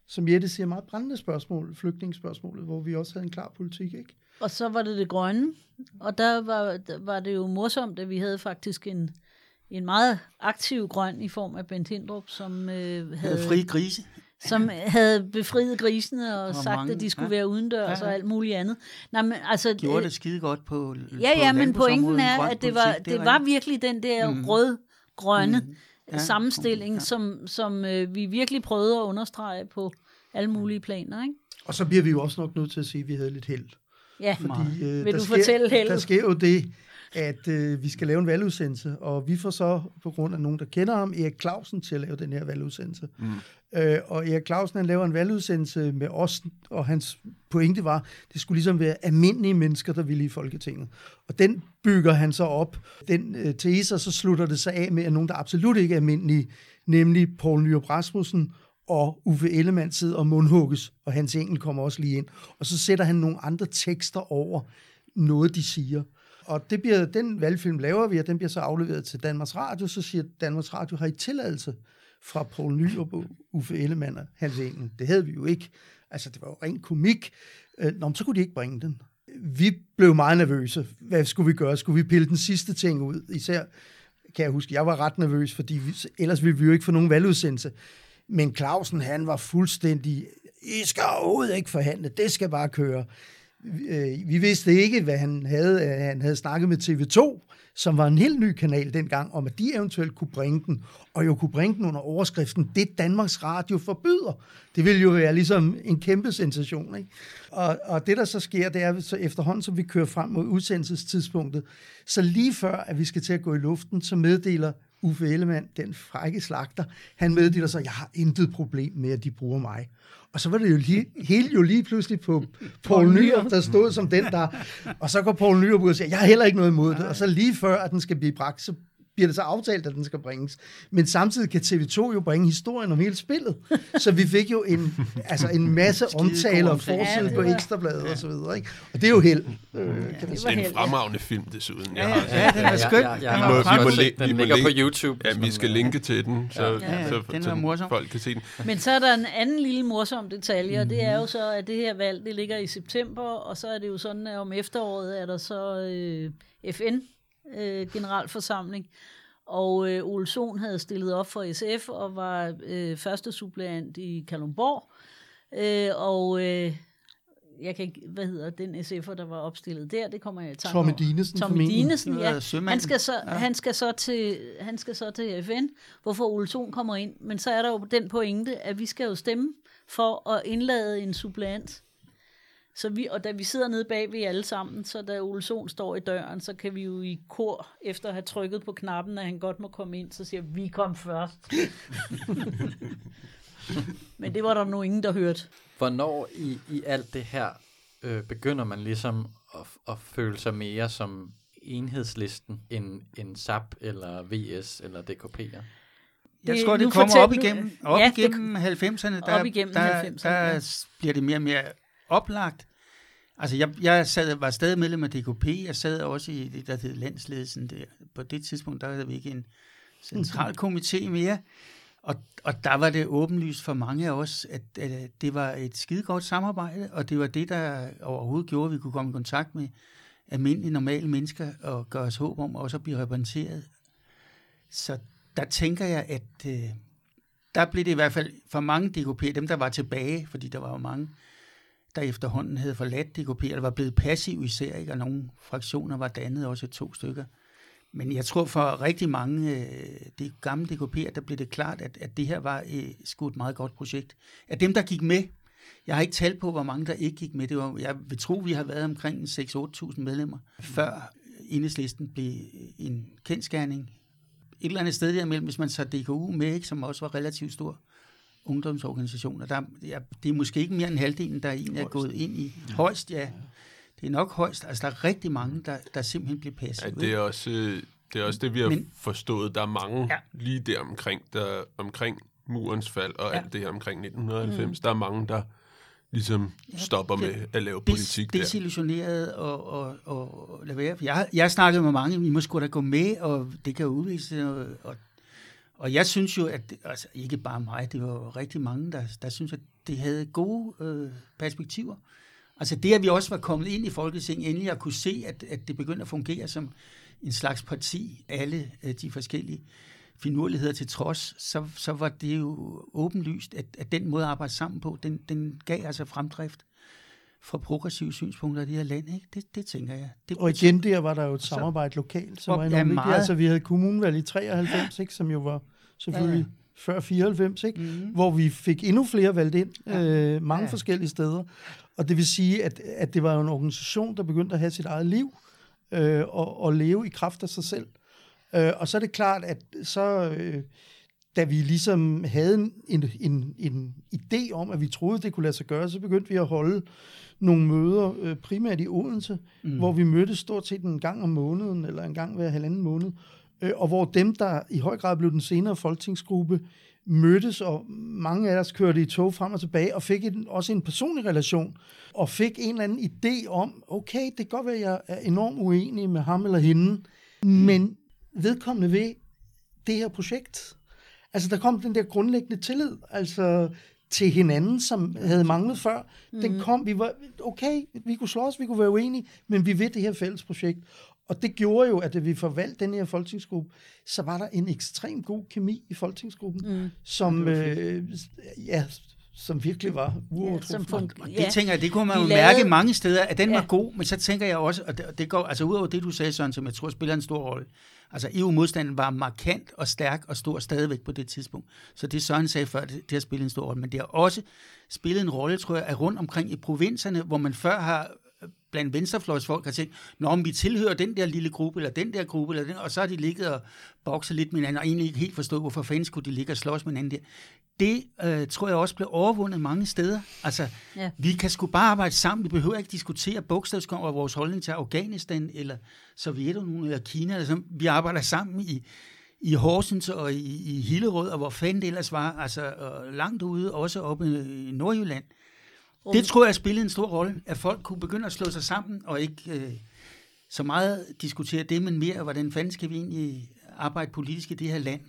som Jette siger, meget brændende spørgsmål, flygtningsspørgsmålet, hvor vi også havde en klar politik, ikke? Og så var det det grønne, og der var, der var det jo morsomt, at vi havde faktisk en, en meget aktiv grøn i form af Bent Hindrup, som øh, havde, fri grise. som havde befriet grisene og, og sagt, mange, at de skulle ja. være udendørs ja, ja. og alt muligt andet. Nej, men, altså, gjorde det skide godt på Ja, ja, på men pointen er, grøn at det var, politik, det var virkelig den der mm. rød-grønne mm. ja. sammenstilling, ja. som, som øh, vi virkelig prøvede at understrege på alle mulige planer, ikke? Og så bliver vi jo også nok nødt til at sige, at vi havde lidt held. Ja, fordi, øh, vil der du sker, fortælle heldet? Der sker jo det, at øh, vi skal lave en valgudsendelse, og vi får så, på grund af nogen, der kender ham, Erik Clausen til at lave den her valgudsendelse. Mm. Øh, og Erik Clausen, han laver en valgudsendelse med os, og hans pointe var, det skulle ligesom være almindelige mennesker, der ville i Folketinget. Og den bygger han så op. Den øh, tese, så slutter det sig af med, at nogen, der absolut ikke er almindelige, nemlig Poul Nyrup Rasmussen og Uffe Ellemann sidder og mundhugges, og Hans Engel kommer også lige ind. Og så sætter han nogle andre tekster over noget, de siger. Og det bliver, den valgfilm laver vi, og den bliver så afleveret til Danmarks Radio, så siger Danmarks Radio, har I tilladelse fra Poul Nyrup og Uffe Ellemann og Hans Engel? Det havde vi jo ikke. Altså, det var jo ren komik. Nå, men så kunne de ikke bringe den. Vi blev meget nervøse. Hvad skulle vi gøre? Skulle vi pille den sidste ting ud? Især, kan jeg huske, jeg var ret nervøs, fordi vi, ellers ville vi jo ikke få nogen valgudsendelse. Men Clausen, han var fuldstændig, I skal overhovedet ikke forhandle, det skal bare køre. Vi vidste ikke, hvad han havde. Han havde snakket med T V to, som var en helt ny kanal dengang, om at de eventuelt kunne bringe den, og jo kunne bringe den under overskriften, det Danmarks Radio forbyder. Det ville jo være ligesom en kæmpe sensation, ikke? Og, og det, der så sker, det er, så efterhånden, som vi kører frem mod udsendelsestidspunktet, så lige før, at vi skal til at gå i luften, så meddeler Uffe Ellemann, den frække slagter, han meddeler så, jeg har intet problem med, at de bruger mig. Og så var det jo lige, helt jo lige pludselig på Poul Nyrup, der stod som den der. Og så går Poul Nyrup ud og siger, jeg har heller ikke noget imod det. Og så lige før, at den skal blive bragt, så bliver det så aftalt, at den skal bringes. Men samtidig kan T V to jo bringe historien om hele spillet. Så vi fik jo en, altså en masse omtaler og forside ja, på Ekstrabladet ja. og så videre. Ikke? Og det er jo held. Øh, ja, det, det er en fremragende film desuden. Ja, ja, ja, den er skøn. Ja, ja, ja, vi må, vi må, den vi må ligger link, på YouTube. Ja, vi skal linke til den, så, ja. Ja, så, den så, er morsom. folk kan se den. Men så er der en anden lille morsom detalje, og det er jo så, at det her valg, det ligger i september, og så er det jo sådan, at om efteråret er der så øh, F N øh, generalforsamling, og øh, Ole Sohn havde stillet op for S F og var øh, første suppleant i Kalundborg. Øh, og øh, jeg kan ikke, hvad hedder den S F'er, der var opstillet der, det kommer jeg i tanke Tommy Dinesen. Tommy Dinesen, ja. Han skal, så, ja. han, skal så til, han skal så til F N, hvorfor Ole Sohn kommer ind. Men så er der jo den pointe, at vi skal jo stemme for at indlade en suppleant. Så vi, og da vi sidder nede bag ved alle sammen, så da Ole Sohn står i døren, så kan vi jo i kor, efter at have trykket på knappen, at han godt må komme ind, så siger vi, kom først. Men det var der nu ingen, der hørte. Hvornår i, i alt det her øh, begynder man ligesom at, at føle sig mere som enhedslisten end, end S A P eller V S eller D K P'er? Jeg tror, det kommer op igennem, op ja, igennem det, halvfemserne. Der, op igennem der, halvfemserne, der ja. bliver det mere og mere oplagt. Altså, jeg, jeg sad, var stadig medlem af D K P. Jeg sad også i det, der hed landsledelsen. Der. På det tidspunkt, der havde vi ikke en central komité mere. Og, og der var det åbenlyst for mange af os, at, at det var et skide godt samarbejde, og det var det, der overhovedet gjorde, at vi kunne komme i kontakt med almindelige, normale mennesker og gøre os håb om også at blive repræsenteret. Så der tænker jeg, at øh, der blev det i hvert fald for mange D K P'er, dem der var tilbage, fordi der var jo mange, der efterhånden havde forladt D K P'er, der var blevet passiv især, ikke? Og nogle fraktioner var dannet også to stykker. Men jeg tror for rigtig mange øh, de gamle D K P'er, der blev det klart, at, at det her var øh, sgu et meget godt projekt. At dem, der gik med, jeg har ikke talt på, hvor mange der ikke gik med. Det var, jeg vil tro, vi har været omkring seks til otte tusind medlemmer, før Enhedslisten blev en kendsgerning. Et eller andet sted derimellem, hvis man tager D K U med, ikke, som også var relativt stor ungdomsorganisationer, der, ja, det er måske ikke mere end halvdelen, der egentlig er gået ind i. Højst, ja. Det er nok højst. Altså, der er rigtig mange, der, der simpelthen bliver passive. Ja, det er også det, er også det vi har Men, forstået. Der er mange ja. lige der omkring, der, omkring murens fald og ja. alt det her omkring nitten halvfems. Mm. Der er mange, der ligesom stopper ja, med at lave politik der. Desillusioneret og, og, og lade være. Jeg, jeg snakkede med mange, vi må sgu da gå med, og det kan jo udvise, og, og, Og jeg synes jo, at det, altså ikke bare mig, det var jo rigtig mange, der, der synes, at det havde gode øh, perspektiver. Altså det, at vi også var kommet ind i Folketinget, endelig at kunne se, at, at det begyndte at fungere som en slags parti, alle øh, de forskellige finurligheder til trods, så, så var det jo åbenlyst, at, at den måde at arbejde sammen på, den, den gav altså fremdrift fra progressive synspunkter i det her land, ikke? Det, det tænker jeg. Det og igen der var der jo et samarbejde lokalt, som var enormt vigtigt. Meget... Altså vi havde kommunevalg i treoghalvfems, ikke, som jo var selvfølgelig ja, ja. før fireoghalvfems, ikke? Mm-hmm. Hvor vi fik endnu flere valgt ind, ja. øh, mange ja. forskellige steder. Og det vil sige, at, at det var jo en organisation, der begyndte at have sit eget liv øh, og, og leve i kraft af sig selv. Øh, og så er det klart, at så... Øh, da vi ligesom havde en, en, en idé om, at vi troede, det kunne lade sig gøre, så begyndte vi at holde nogle møder, øh, primært i Odense, mm. hvor vi mødtes stort set en gang om måneden, eller en gang hver halvanden måned, øh, og hvor dem, der i høj grad blev den senere folketingsgruppe, mødtes, og mange af os kørte i tog frem og tilbage, og fik en, også en personlig relation, og fik en eller anden idé om, okay, det kan godt være, at jeg er enormt uenig med ham eller hende, mm. men vedkommende ved det her projekt. Altså, der kom den der grundlæggende tillid, altså til hinanden, som havde manglet før. Mm. Den kom, vi var, okay, vi kunne slås, vi kunne være uenige, men vi ved det her fælles projekt. Og det gjorde jo, at da vi forvalgte den her folketingsgruppe, så var der en ekstrem god kemi i folketingsgruppen, mm. som, øh, ja, som virkelig var uovertruffende. Ja, og det tænker jeg, det kunne man jo lavede... mærke mange steder, at den ja. var god, men så tænker jeg også, og det, det går, altså udover det, du sagde, Søren, som jeg tror spiller en stor rolle, altså E U-modstanden var markant og stærk og stor stadigvæk på det tidspunkt. Så det Søren sagde før, det, det har spillet en stor rolle, men det har også spillet en rolle, tror jeg, at rundt omkring i provinserne, hvor man før har blandt venstrefløjsfolk har tænkt, nå, om vi tilhører den der lille gruppe, eller den der gruppe, eller den, og så har de ligget og bokset lidt med hinanden, og egentlig ikke helt forstået, hvorfor fanden skulle de ligge og slås med hinanden der. Det øh, tror jeg også blev overvundet mange steder. Altså, ja. vi kan sgu bare arbejde sammen. Vi behøver ikke diskutere bogstavskom over vores holdning til Afghanistan, eller Sovjetunionen, eller Kina. Eller sådan. Vi arbejder sammen i, i Horsens og i, i Hillerød, og hvor fanden det ellers var, altså langt ude, også oppe i Nordjylland. Um. Det tror jeg spillede en stor rolle, at folk kunne begynde at slå sig sammen, og ikke øh, så meget diskutere det, men mere, hvordan fanden skal vi egentlig arbejde politisk i det her land.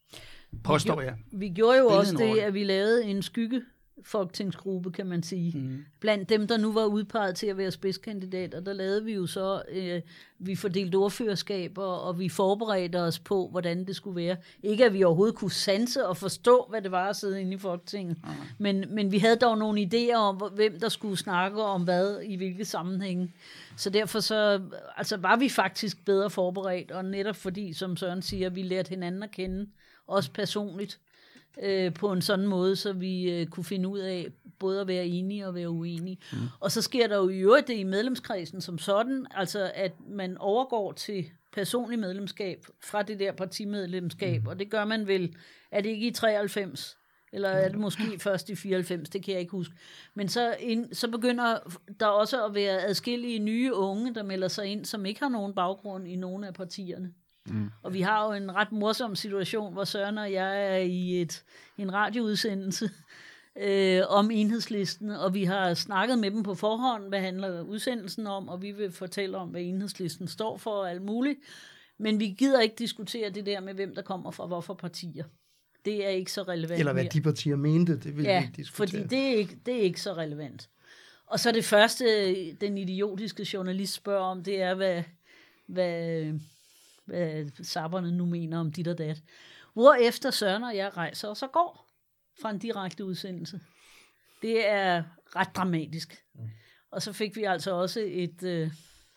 Påstår jeg. Vi gjorde jo også det, at vi lavede en skygge folketingsgruppe, kan man sige. Mm. Blandt dem, der nu var udpeget til at være spidskandidater, der lavede vi jo så, øh, vi fordelte ordførerskaber, og vi forberedte os på, hvordan det skulle være. Ikke at vi overhovedet kunne sanse og forstå, hvad det var at sidde inde i Folketinget, mm. men, men vi havde dog nogle idéer om, hvem der skulle snakke om hvad, i hvilke sammenhænge. Så derfor så, altså var vi faktisk bedre forberedt, og netop fordi, som Søren siger, vi lærte hinanden at kende, også personligt, øh, på en sådan måde, så vi øh, kunne finde ud af både at være enige og være uenige. Mm. Og så sker der jo i øvrigt det i medlemskredsen som sådan, altså at man overgår til personlig medlemskab fra det der partimedlemskab, mm. og det gør man vel, er det ikke i treoghalvfems, eller er det måske først i fireoghalvfems, det kan jeg ikke huske. Men så, ind, så begynder der også at være adskillige nye unge, der melder sig ind, som ikke har nogen baggrund i nogle af partierne. Mm. Og vi har jo en ret morsom situation, hvor Søren og jeg er i et, en radioudsendelse øh, om Enhedslisten, og vi har snakket med dem på forhånd, hvad handler udsendelsen om, og vi vil fortælle om, hvad Enhedslisten står for og alt muligt. Men vi gider ikke diskutere det der med, hvem der kommer fra hvorfor partier. Det er ikke så relevant. Eller hvad mere. De partier mente, det vil ja, vi ikke diskutere. Fordi det er ikke, det er ikke så relevant. Og så det første, den idiotiske journalist spørger om, det er, hvad... hvad hvad sapperne nu mener om dit og dat. Hvorefter Søren og jeg rejser og så går fra en direkte udsendelse. Det er ret dramatisk. Mm. Og så fik vi altså også et, øh,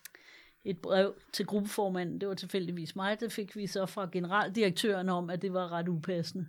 et brev til gruppeformanden, det var tilfældigvis mig, det fik vi så fra generaldirektøren om, at det var ret upassende.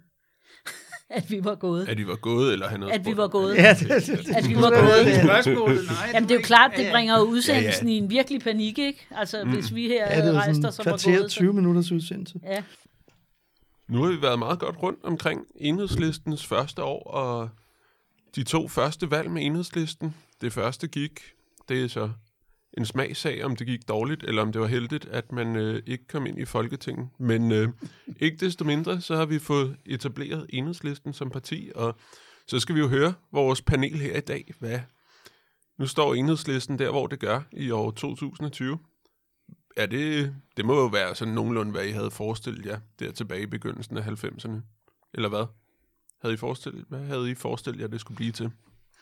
At vi var gået. At vi var gået, eller han havde At vi var gået. Ja, det, det, det, at vi var gået. Spørgsmålet, nej. Jamen det er jo klart, det bringer jo udsendelsen ja, ja. i en virkelig panik, ikke? Altså mm. hvis vi her ja, rejste os og var gået. tyve så... minutters udsendelse. Ja. Nu har vi været meget godt rundt omkring Enhedslistens første år, og de to første valg med Enhedslisten. Det første gik, det er så en smagssag, om det gik dårligt, eller om det var heldigt, at man øh, ikke kom ind i Folketinget. Men øh, ikke desto mindre, så har vi fået etableret Enhedslisten som parti, og så skal vi jo høre vores panel her i dag. Hvad? Nu står Enhedslisten der, hvor det gør i år to tusind og tyve. er det, det må jo være sådan nogenlunde, hvad I havde forestillet jer der tilbage i begyndelsen af halvfemserne, eller hvad? Havde I forestillet, hvad havde I forestillet jer, det skulle blive til?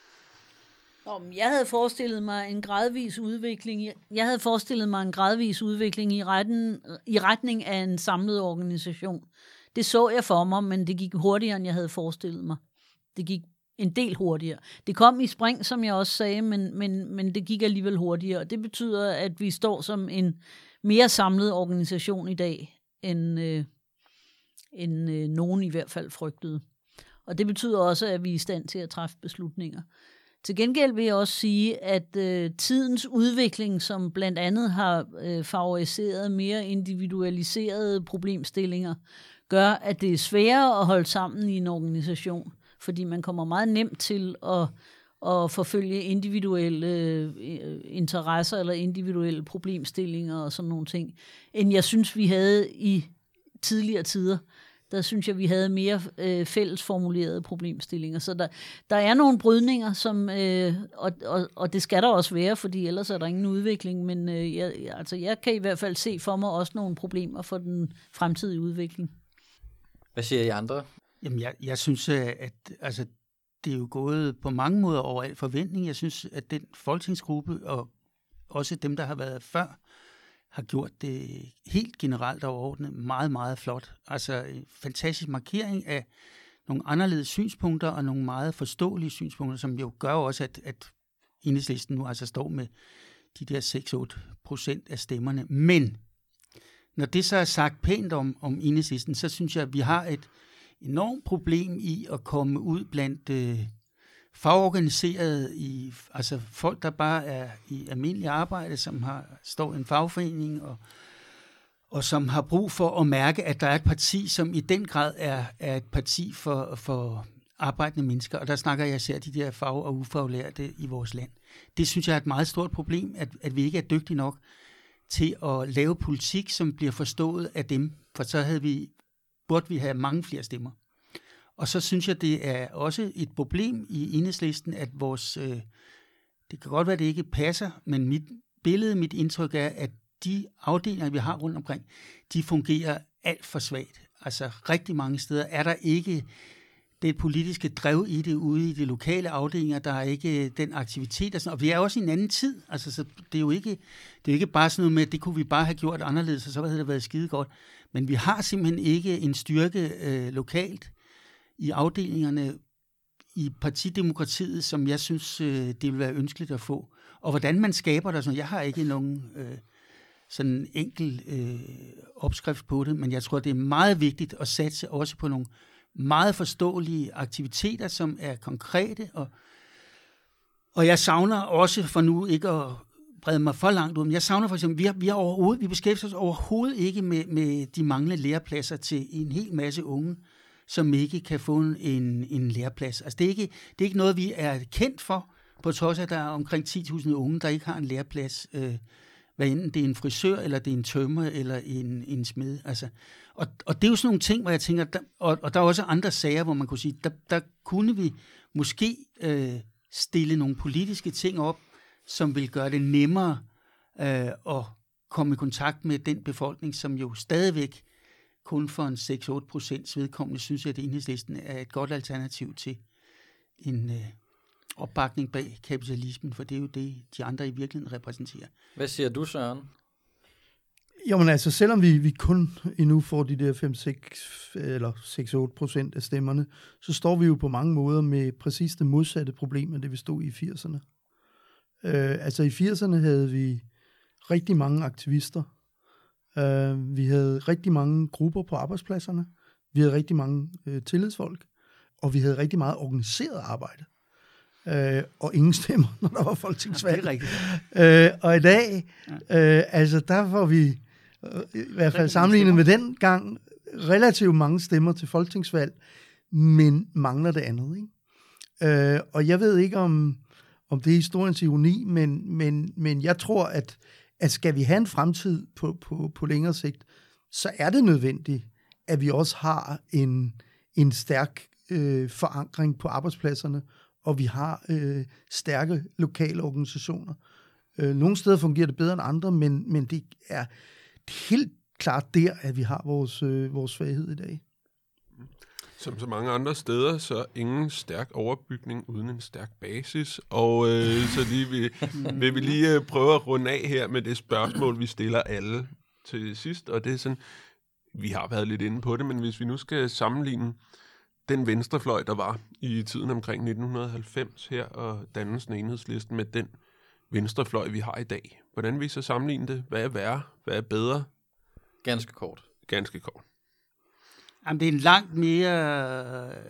Jeg havde forestillet mig en gradvis udvikling. Jeg havde forestillet mig en gradvis udvikling i, retten, i retning af en samlet organisation. Det så jeg for mig, men det gik hurtigere, end jeg havde forestillet mig. Det gik en del hurtigere. Det kom i spring, som jeg også sagde, men, men, men det gik alligevel hurtigere. Det betyder, at vi står som en mere samlet organisation i dag, end, øh, end øh, nogen i hvert fald frygtede. Og det betyder også, at vi er i stand til at træffe beslutninger. Til gengæld vil jeg også sige, at øh, tidens udvikling, som blandt andet har øh, favoriseret mere individualiserede problemstillinger, gør, at det er sværere at holde sammen i en organisation, fordi man kommer meget nemt til at, at forfølge individuelle øh, interesser eller individuelle problemstillinger og sådan nogle ting, end jeg synes, vi havde i tidligere tider. Der synes jeg, vi havde mere øh, fælles formulerede problemstillinger. Så der, der er nogle brydninger, som, øh, og, og, og det skal der også være, fordi ellers er der ingen udvikling. Men øh, jeg, altså, jeg kan i hvert fald se for mig også nogle problemer for den fremtidige udvikling. Hvad siger I andre? Jamen, jeg, jeg synes, at altså, det er jo gået på mange måder over al forventning. Jeg synes, at den folketingsgruppe, og også dem, der har været før, har gjort det helt generelt overordnet meget, meget flot. Altså en fantastisk markering af nogle anderledes synspunkter og nogle meget forståelige synspunkter, som jo gør også, at, at Enhedslisten nu altså står med de der seks til otte procent af stemmerne. Men når det så er sagt pænt om, om Enhedslisten, så synes jeg, at vi har et enormt problem i at komme ud blandt øh, fagorganiserede, i, altså folk, der bare er i almindelig arbejde, som har står i en fagforening, og, og som har brug for at mærke, at der er et parti, som i den grad er, er et parti for, for arbejdende mennesker. Og der snakker jeg især de der fag- og ufaglærte i vores land. Det synes jeg er et meget stort problem, at, at vi ikke er dygtige nok til at lave politik, som bliver forstået af dem. For så havde vi, burde vi have mange flere stemmer. Og så synes jeg, det er også et problem i Enhedslisten, at vores, øh, det kan godt være, at det ikke passer, men mit billede, mit indtryk er, at de afdelinger, vi har rundt omkring, de fungerer alt for svagt. Altså rigtig mange steder er der ikke det politiske drev i det ude i de lokale afdelinger, der er ikke den aktivitet. Og, sådan, og vi er også i en anden tid. Altså, så det er jo ikke, det er ikke bare sådan noget med, at det kunne vi bare have gjort anderledes, og så havde det været skide godt. Men vi har simpelthen ikke en styrke øh, lokalt i afdelingerne i partidemokratiet, som jeg synes, øh, det vil være ønskeligt at få. Og hvordan man skaber det, sådan, jeg har ikke nogen øh, sådan enkel øh, opskrift på det, men jeg tror, det er meget vigtigt at satse også på nogle meget forståelige aktiviteter, som er konkrete, og, og jeg savner også, for nu ikke at brede mig for langt ud, men jeg savner for eksempel, vi har, vi har overhovedet, vi beskæftiger os overhovedet ikke med, med de manglende lærepladser til en hel masse unge, som ikke kan få en, en læreplads. Altså det er, ikke, det er ikke noget, vi er kendt for, på trods af, at der er omkring ti tusind unge, der ikke har en læreplads, øh, hvad enten det er en frisør, eller det er en tømrer, eller en, en smed. Altså, og, og det er jo sådan nogle ting, hvor jeg tænker, der, og, og der er også andre sager, hvor man kunne sige, der, der kunne vi måske øh, stille nogle politiske ting op, som vil gøre det nemmere øh, at komme i kontakt med den befolkning, som jo stadigvæk kun for en seks til otte procent vedkommende, synes jeg, at Enhedslisten er et godt alternativ til en øh, opbakning bag kapitalismen, for det er jo det, de andre i virkeligheden repræsenterer. Hvad siger du, Søren? Jamen altså, selvom vi, vi kun endnu får de der fem seks eller seks til otte procent af stemmerne, så står vi jo på mange måder med præcis det modsatte problem af det, vi stod i firserne. Øh, altså i firserne havde vi rigtig mange aktivister. Uh, vi havde rigtig mange grupper på arbejdspladserne. Vi havde rigtig mange uh, tillidsfolk. Og vi havde rigtig meget organiseret arbejde. Uh, og ingen stemmer, når der var folketingsvalg. Ja, det er rigtigt. Uh, og i dag, uh, altså der får vi, uh, i hvert fald sammenlignet med den gang, relativt mange stemmer til folketingsvalg, men mangler det andet. Ikke? Uh, og jeg ved ikke, om, om det er historiens ironi, men, men, men jeg tror, at at skal vi have en fremtid på, på, på længere sigt, så er det nødvendigt, at vi også har en, en stærk øh, forankring på arbejdspladserne, og vi har øh, stærke lokale organisationer. Øh, nogle steder fungerer det bedre end andre, men, men det er helt klart der, at vi har vores, øh, vores svaghed i dag. Som så mange andre steder, så ingen stærk overbygning uden en stærk basis. Og øh, så lige vil, vil vi lige øh, prøve at runde af her med det spørgsmål, vi stiller alle til sidst. Og det er sådan, vi har været lidt inde på det, men hvis vi nu skal sammenligne den venstrefløj, der var i tiden omkring nitten halvfems her, og dannelsen af Enhedslisten med den venstrefløj, vi har i dag. Hvordan vil I så sammenligne det? Hvad er værre? Hvad er bedre? Ganske kort. Ganske kort. Jamen, det er en langt mere øh,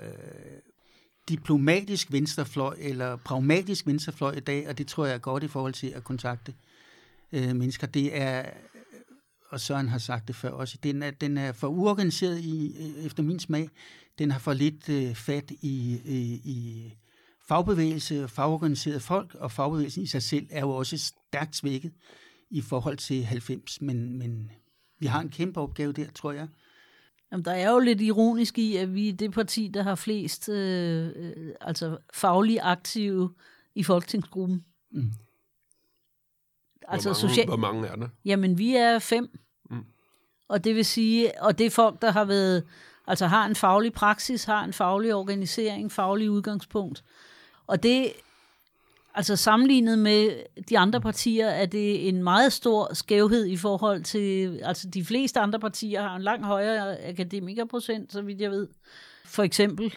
diplomatisk venstrefløj, eller pragmatisk venstrefløj i dag, og det tror jeg er godt i forhold til at kontakte øh, mennesker. Det er, og Søren har sagt det før også, den er, den er for uorganiseret i, efter min smag. Den har for lidt øh, fat i, i, i fagbevægelse, fagorganiserede folk, og fagbevægelsen i sig selv er jo også stærkt svækket i forhold til halvfems, men, men vi har en kæmpe opgave der, tror jeg. Jamen, der er jo lidt ironisk i, at vi er det parti, der har flest øh, øh, altså fagligt aktive i folketingsgruppen. Mm. Altså hvor, mange, social... hvor mange er der? Jamen, vi er fem. Mm. Og det vil sige, og det er folk, der har været, altså har en faglig praksis, har en faglig organisering, faglig udgangspunkt. Og det, altså sammenlignet med de andre partier, er det en meget stor skævhed i forhold til, altså de fleste andre partier har en langt højere akademikerprocent, så vidt jeg ved, for eksempel.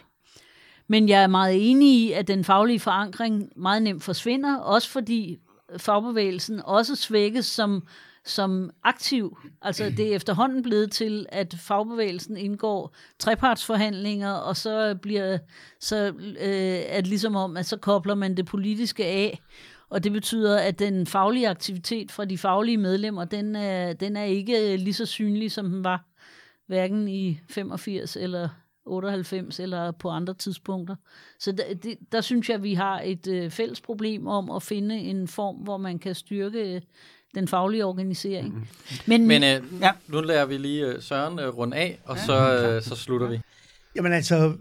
Men jeg er meget enig i, at den faglige forankring meget nemt forsvinder, også fordi fagbevægelsen også svækkes som, som aktiv. Altså det er efterhånden blevet til, at fagbevægelsen indgår trepartsforhandlinger, og så bliver så øh, at ligesom om, at så kobler man det politiske af, og det betyder, at den faglige aktivitet fra de faglige medlemmer, den er, den er ikke lige så synlig, som den var, hverken i femogfirs eller otteoghalvfems eller på andre tidspunkter. Så der, det, der synes jeg, at vi har et øh, fælles problem om at finde en form, hvor man kan styrke øh, den faglige organisering. Mm-hmm. Men, Men øh, ja. nu lader vi lige øh, Søren øh, runde af, og ja, så, øh, så slutter vi. Jamen altså,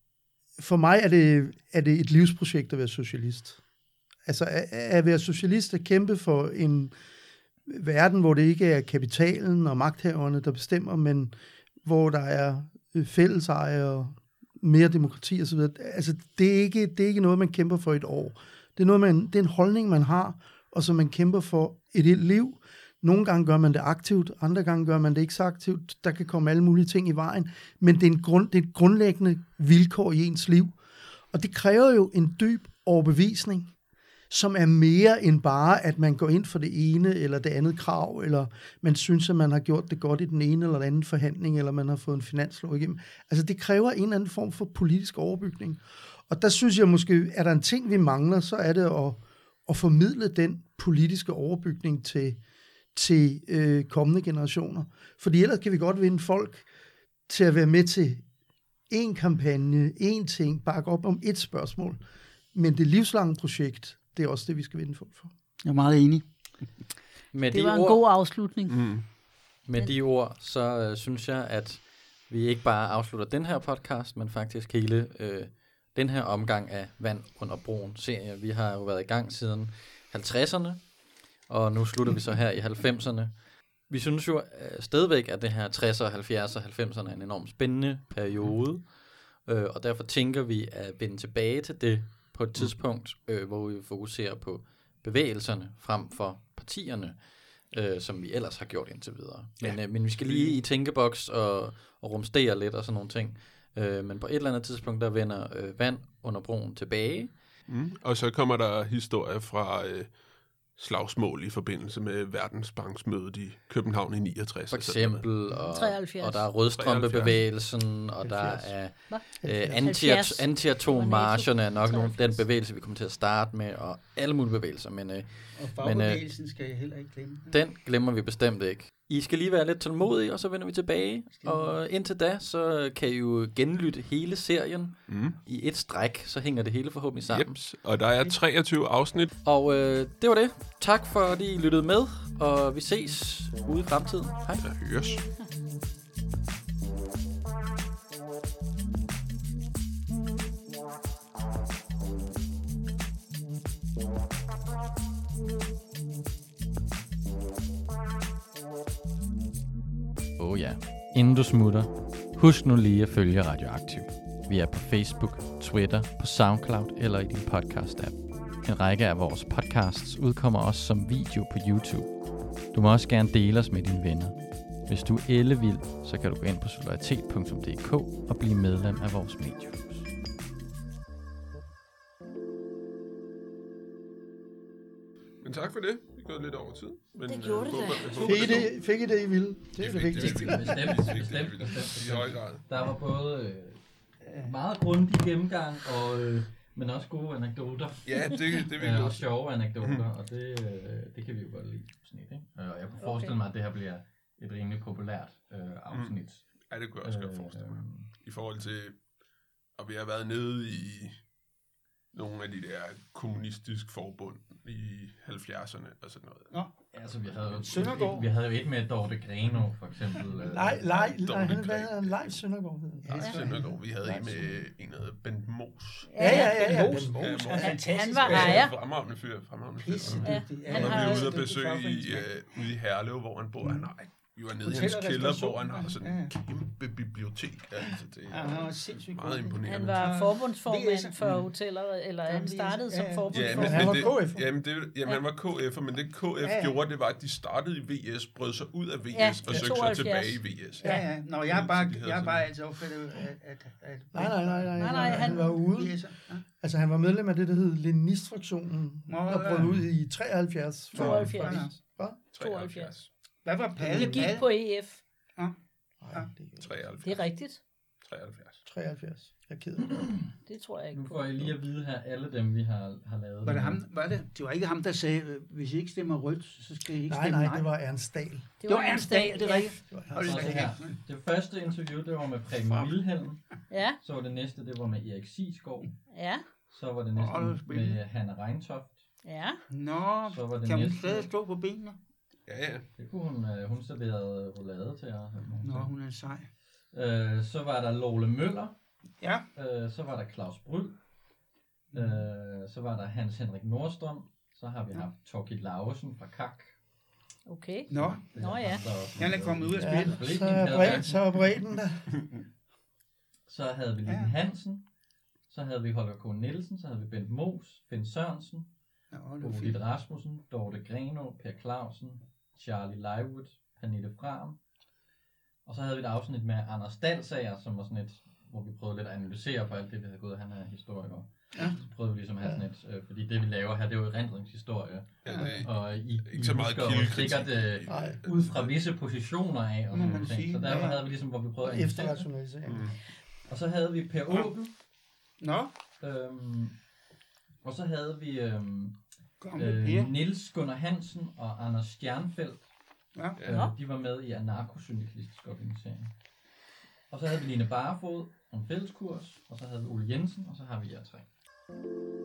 for mig er det, er det et livsprojekt at være socialist. Altså at, at være socialist at kæmpe for en verden, hvor det ikke er kapitalen og magthaverne, der bestemmer, men hvor der er fælleseje og mere demokrati og så videre. Altså, det er ikke, det er ikke noget, man kæmper for et år. Det er, noget, man, det er en holdning, man har, og som man kæmper for et helt liv. Nogle gange gør man det aktivt, andre gange gør man det ikke så aktivt. Der kan komme alle mulige ting i vejen, men det er, en grund, det er et grundlæggende vilkår i ens liv. Og det kræver jo en dyb overbevisning, som er mere end bare, at man går ind for det ene eller det andet krav, eller man synes, at man har gjort det godt i den ene eller den anden forhandling, eller man har fået en finanslov igennem. Altså det kræver en eller anden form for politisk overbygning. Og der synes jeg måske, er der en ting, vi mangler, så er det at, at formidle den politiske overbygning til, til øh, kommende generationer. Fordi ellers kan vi godt vinde folk til at være med til én kampagne, én ting, bakke op om et spørgsmål. Men det livslange projekt, det er også det, vi skal vinde folk for. Jeg er meget enig. Med det de var en ord, god afslutning. Mm. Med de ord, så øh, synes jeg, at vi ikke bare afslutter den her podcast, men faktisk hele øh, den her omgang af Vand under broen-serie. Vi har jo været i gang siden halvtredserne, og nu slutter vi så her i halvfemserne. Vi synes jo øh, stadigvæk, at det her tresserne, halvfjerdserne og halvfemserne er en enormt spændende periode, øh, og derfor tænker vi at vende tilbage til det på et tidspunkt, øh, hvor vi fokuserer på bevægelserne frem for partierne, øh, som vi ellers har gjort indtil videre. Men, ja. øh, men vi skal lige i tænkeboks og, og rumstere lidt og sådan nogle ting. Øh, men på et eller andet tidspunkt, der vender øh, Vand under broen tilbage. Mm. Og så kommer der historier fra øh, slagsmål i forbindelse med Verdensbanksmødet i København i niogtres. For eksempel, og, treoghalvfjerds. og der er rødstrømpebevægelsen, og der er øh, anti- anti-atommarcherne er nok nogle, den bevægelse, vi kommer til at starte med, og alle mulige bevægelser. Men, øh, og fagbevægelsen men, øh, skal jeg heller ikke glemme. Den glemmer vi bestemt ikke. I skal lige være lidt tålmodige, og så vender vi tilbage. Og indtil da, så kan I jo genlytte hele serien mm. i et stræk, så hænger det hele forhåbentlig sammen. Jeps. Og der er treogtyve afsnit. Og øh, det var det. Tak fordi I lyttede med, og vi ses ude i fremtiden. Hej. Der høres. Og ja, inden du smutter, husk nu lige at følge Radioaktiv. Vi er på Facebook, Twitter, på SoundCloud eller i din podcast-app. En række af vores podcasts udkommer også som video på YouTube. Du må også gerne dele os med dine venner. Hvis du er ellevild, så kan du gå ind på solidaritet punktum d k og blive medlem af vores mediehus. Men tak for det. Vi går lidt over tid. Men, Det gjorde det da. Fik I det, fik I det, I ville? Det er det vigtigste. Bestemt, bestemt, bestemt. I høj grad. Der var både øh, meget grundig gennemgang, og, øh, men også gode anekdoter. Ja, det, det vil Ja, jeg og også. sjove anekdoter, og det, øh, det kan vi jo godt lide. Sådan et, ikke? Og jeg kunne forestille mig, at det her bliver et rimelig populært øh, afsnit. Ja, det kunne jeg også godt forestille mig. I forhold til, og vi har været nede i nogle af de der kommunistiske forbund i halvfjerdserne og sådan noget. Nå, Altså, vi havde, jo- Søndergaard. vi havde jo et med Dorte Greno, for eksempel. øh, Nej, nej, nej, Dårlig han hvad greb. hedder han? Leif Søndergaard. hedder han. Nej, Søndergaard. Vi havde en med en, der hed Bent Mos. Ja, ja, ja. ja. Mos. Den Mos, Ja, ja. Han, fantastisk. han var ejer. Fremragende fyr. Fremragende fyr. Pisse Ja, dygtig. han Og har vi jo- var ude og dygtig besøge i, fagforeningsmand. uh, ude i Herlev, hvor han bor. Han har, vi var nede i Hotel- hans og kælder, restauration. hvor han har sådan Ja, ja. en kæmpe bibliotek. Altså, det Ja, han er var sindssygt meget god. imponerende. Han var forbundsformand V S. for hoteller, eller han startede som Ja, ja. Ja, men, forbundsformand. Han men var det, K F'er. jamen, det, jamen, han var K F'er, men det K F Ja, ja. gjorde, det var, at de startede i V S, brød sig ud af V S Ja, og søgte sig tooghalvfjerds. tilbage i V S. Ja, ja. Nå, jeg har bare, Så de havde jeg har sådan- bare altid opfattet, at... at, at Nej, nej, nej, nej, Nej, nej, han, han- han var ude. V S'er. Ja. Altså, han var medlem af det, der hed Leninist-fraktionen, Nå, der ja. brød ud i treoghalvfjerds. for- tooghalvfjerds. Hvad? tooghalvfjerds. Hvad var Palle? Jeg gik Palle? på E F. Nej, det er treoghalvfjerds. Det er rigtigt. treoghalvfjerds. treoghalvfjerds. Jeg er ked af det. Det tror jeg ikke Nu på. får I lige at vide her, alle dem, vi har, har lavet. Var det ham? Var det? Det var ikke ham, der sagde, øh, hvis I ikke stemmer rødt, så skal I ikke Nej, stemme nej, det var Ernst Dahl. Det var Ernst Dahl, det er rigtigt. Det var Hold Ernst Så Dahl. det, her. Det første interview, det var med Preben Wilhelm. Ja, Så var det næste, det var med Erik Sigsgaard. ja, Så var det Åh, det var næste spændende. med Hanne Reintoft. ja. Nå, Så var det kan hun næste- stadig stå på benene? Ja, ja. Det kunne hun, øh, hun serverede roulade til os. Nå, hun er sej. Øh, så var der Lole Møller. Ja. Øh, så var der Claus Bryl. Øh, så var der Hans Henrik Nordstrøm. Så har vi haft Torkild Lauesen fra Kak. Okay. Nå, Nå ja. han er kommet ud af Ja, spillet. så er Bredden, så er Bredden der. Så havde vi Lille Ja. Hansen. Så havde vi Holger K. Nielsen. Så havde vi Bent Mos, Finn Sørensen, Nå, det var Bodil fint. Rasmussen, Dorte Greno, Per Clausen, Charlie Leiwood, Pernille Fram. Og så havde vi et afsnit med Anders Dahlsager, som var sådan et, hvor vi prøvede lidt at analysere på alt det, vi havde gået. Han er historiker. Ja. Så prøvede vi ligesom at have sådan et, øh, fordi det vi laver her, det er jo erindringshistorie. ja det, Og I, I Ikke så meget husker jo kildekritik. sikkert øh, Nej. ud fra visse positioner af, og Må sådan man nogle ting. sige. Så derfor Ja. havde vi ligesom, hvor vi prøvede at analysere det. Efterrationalisering. mm. Og så havde vi Per Åbel, Nå, øhm, og så havde vi øhm, gamle øh, Per. Niels Gunnar Hansen og Anders Stjernfeldt. Ja. Ja. Øh, de var med i anarkosyndikalistisk organisering. Og så havde vi Line Barfod om fælleskurs, og så havde vi Ole Jensen, og så har vi jer tre.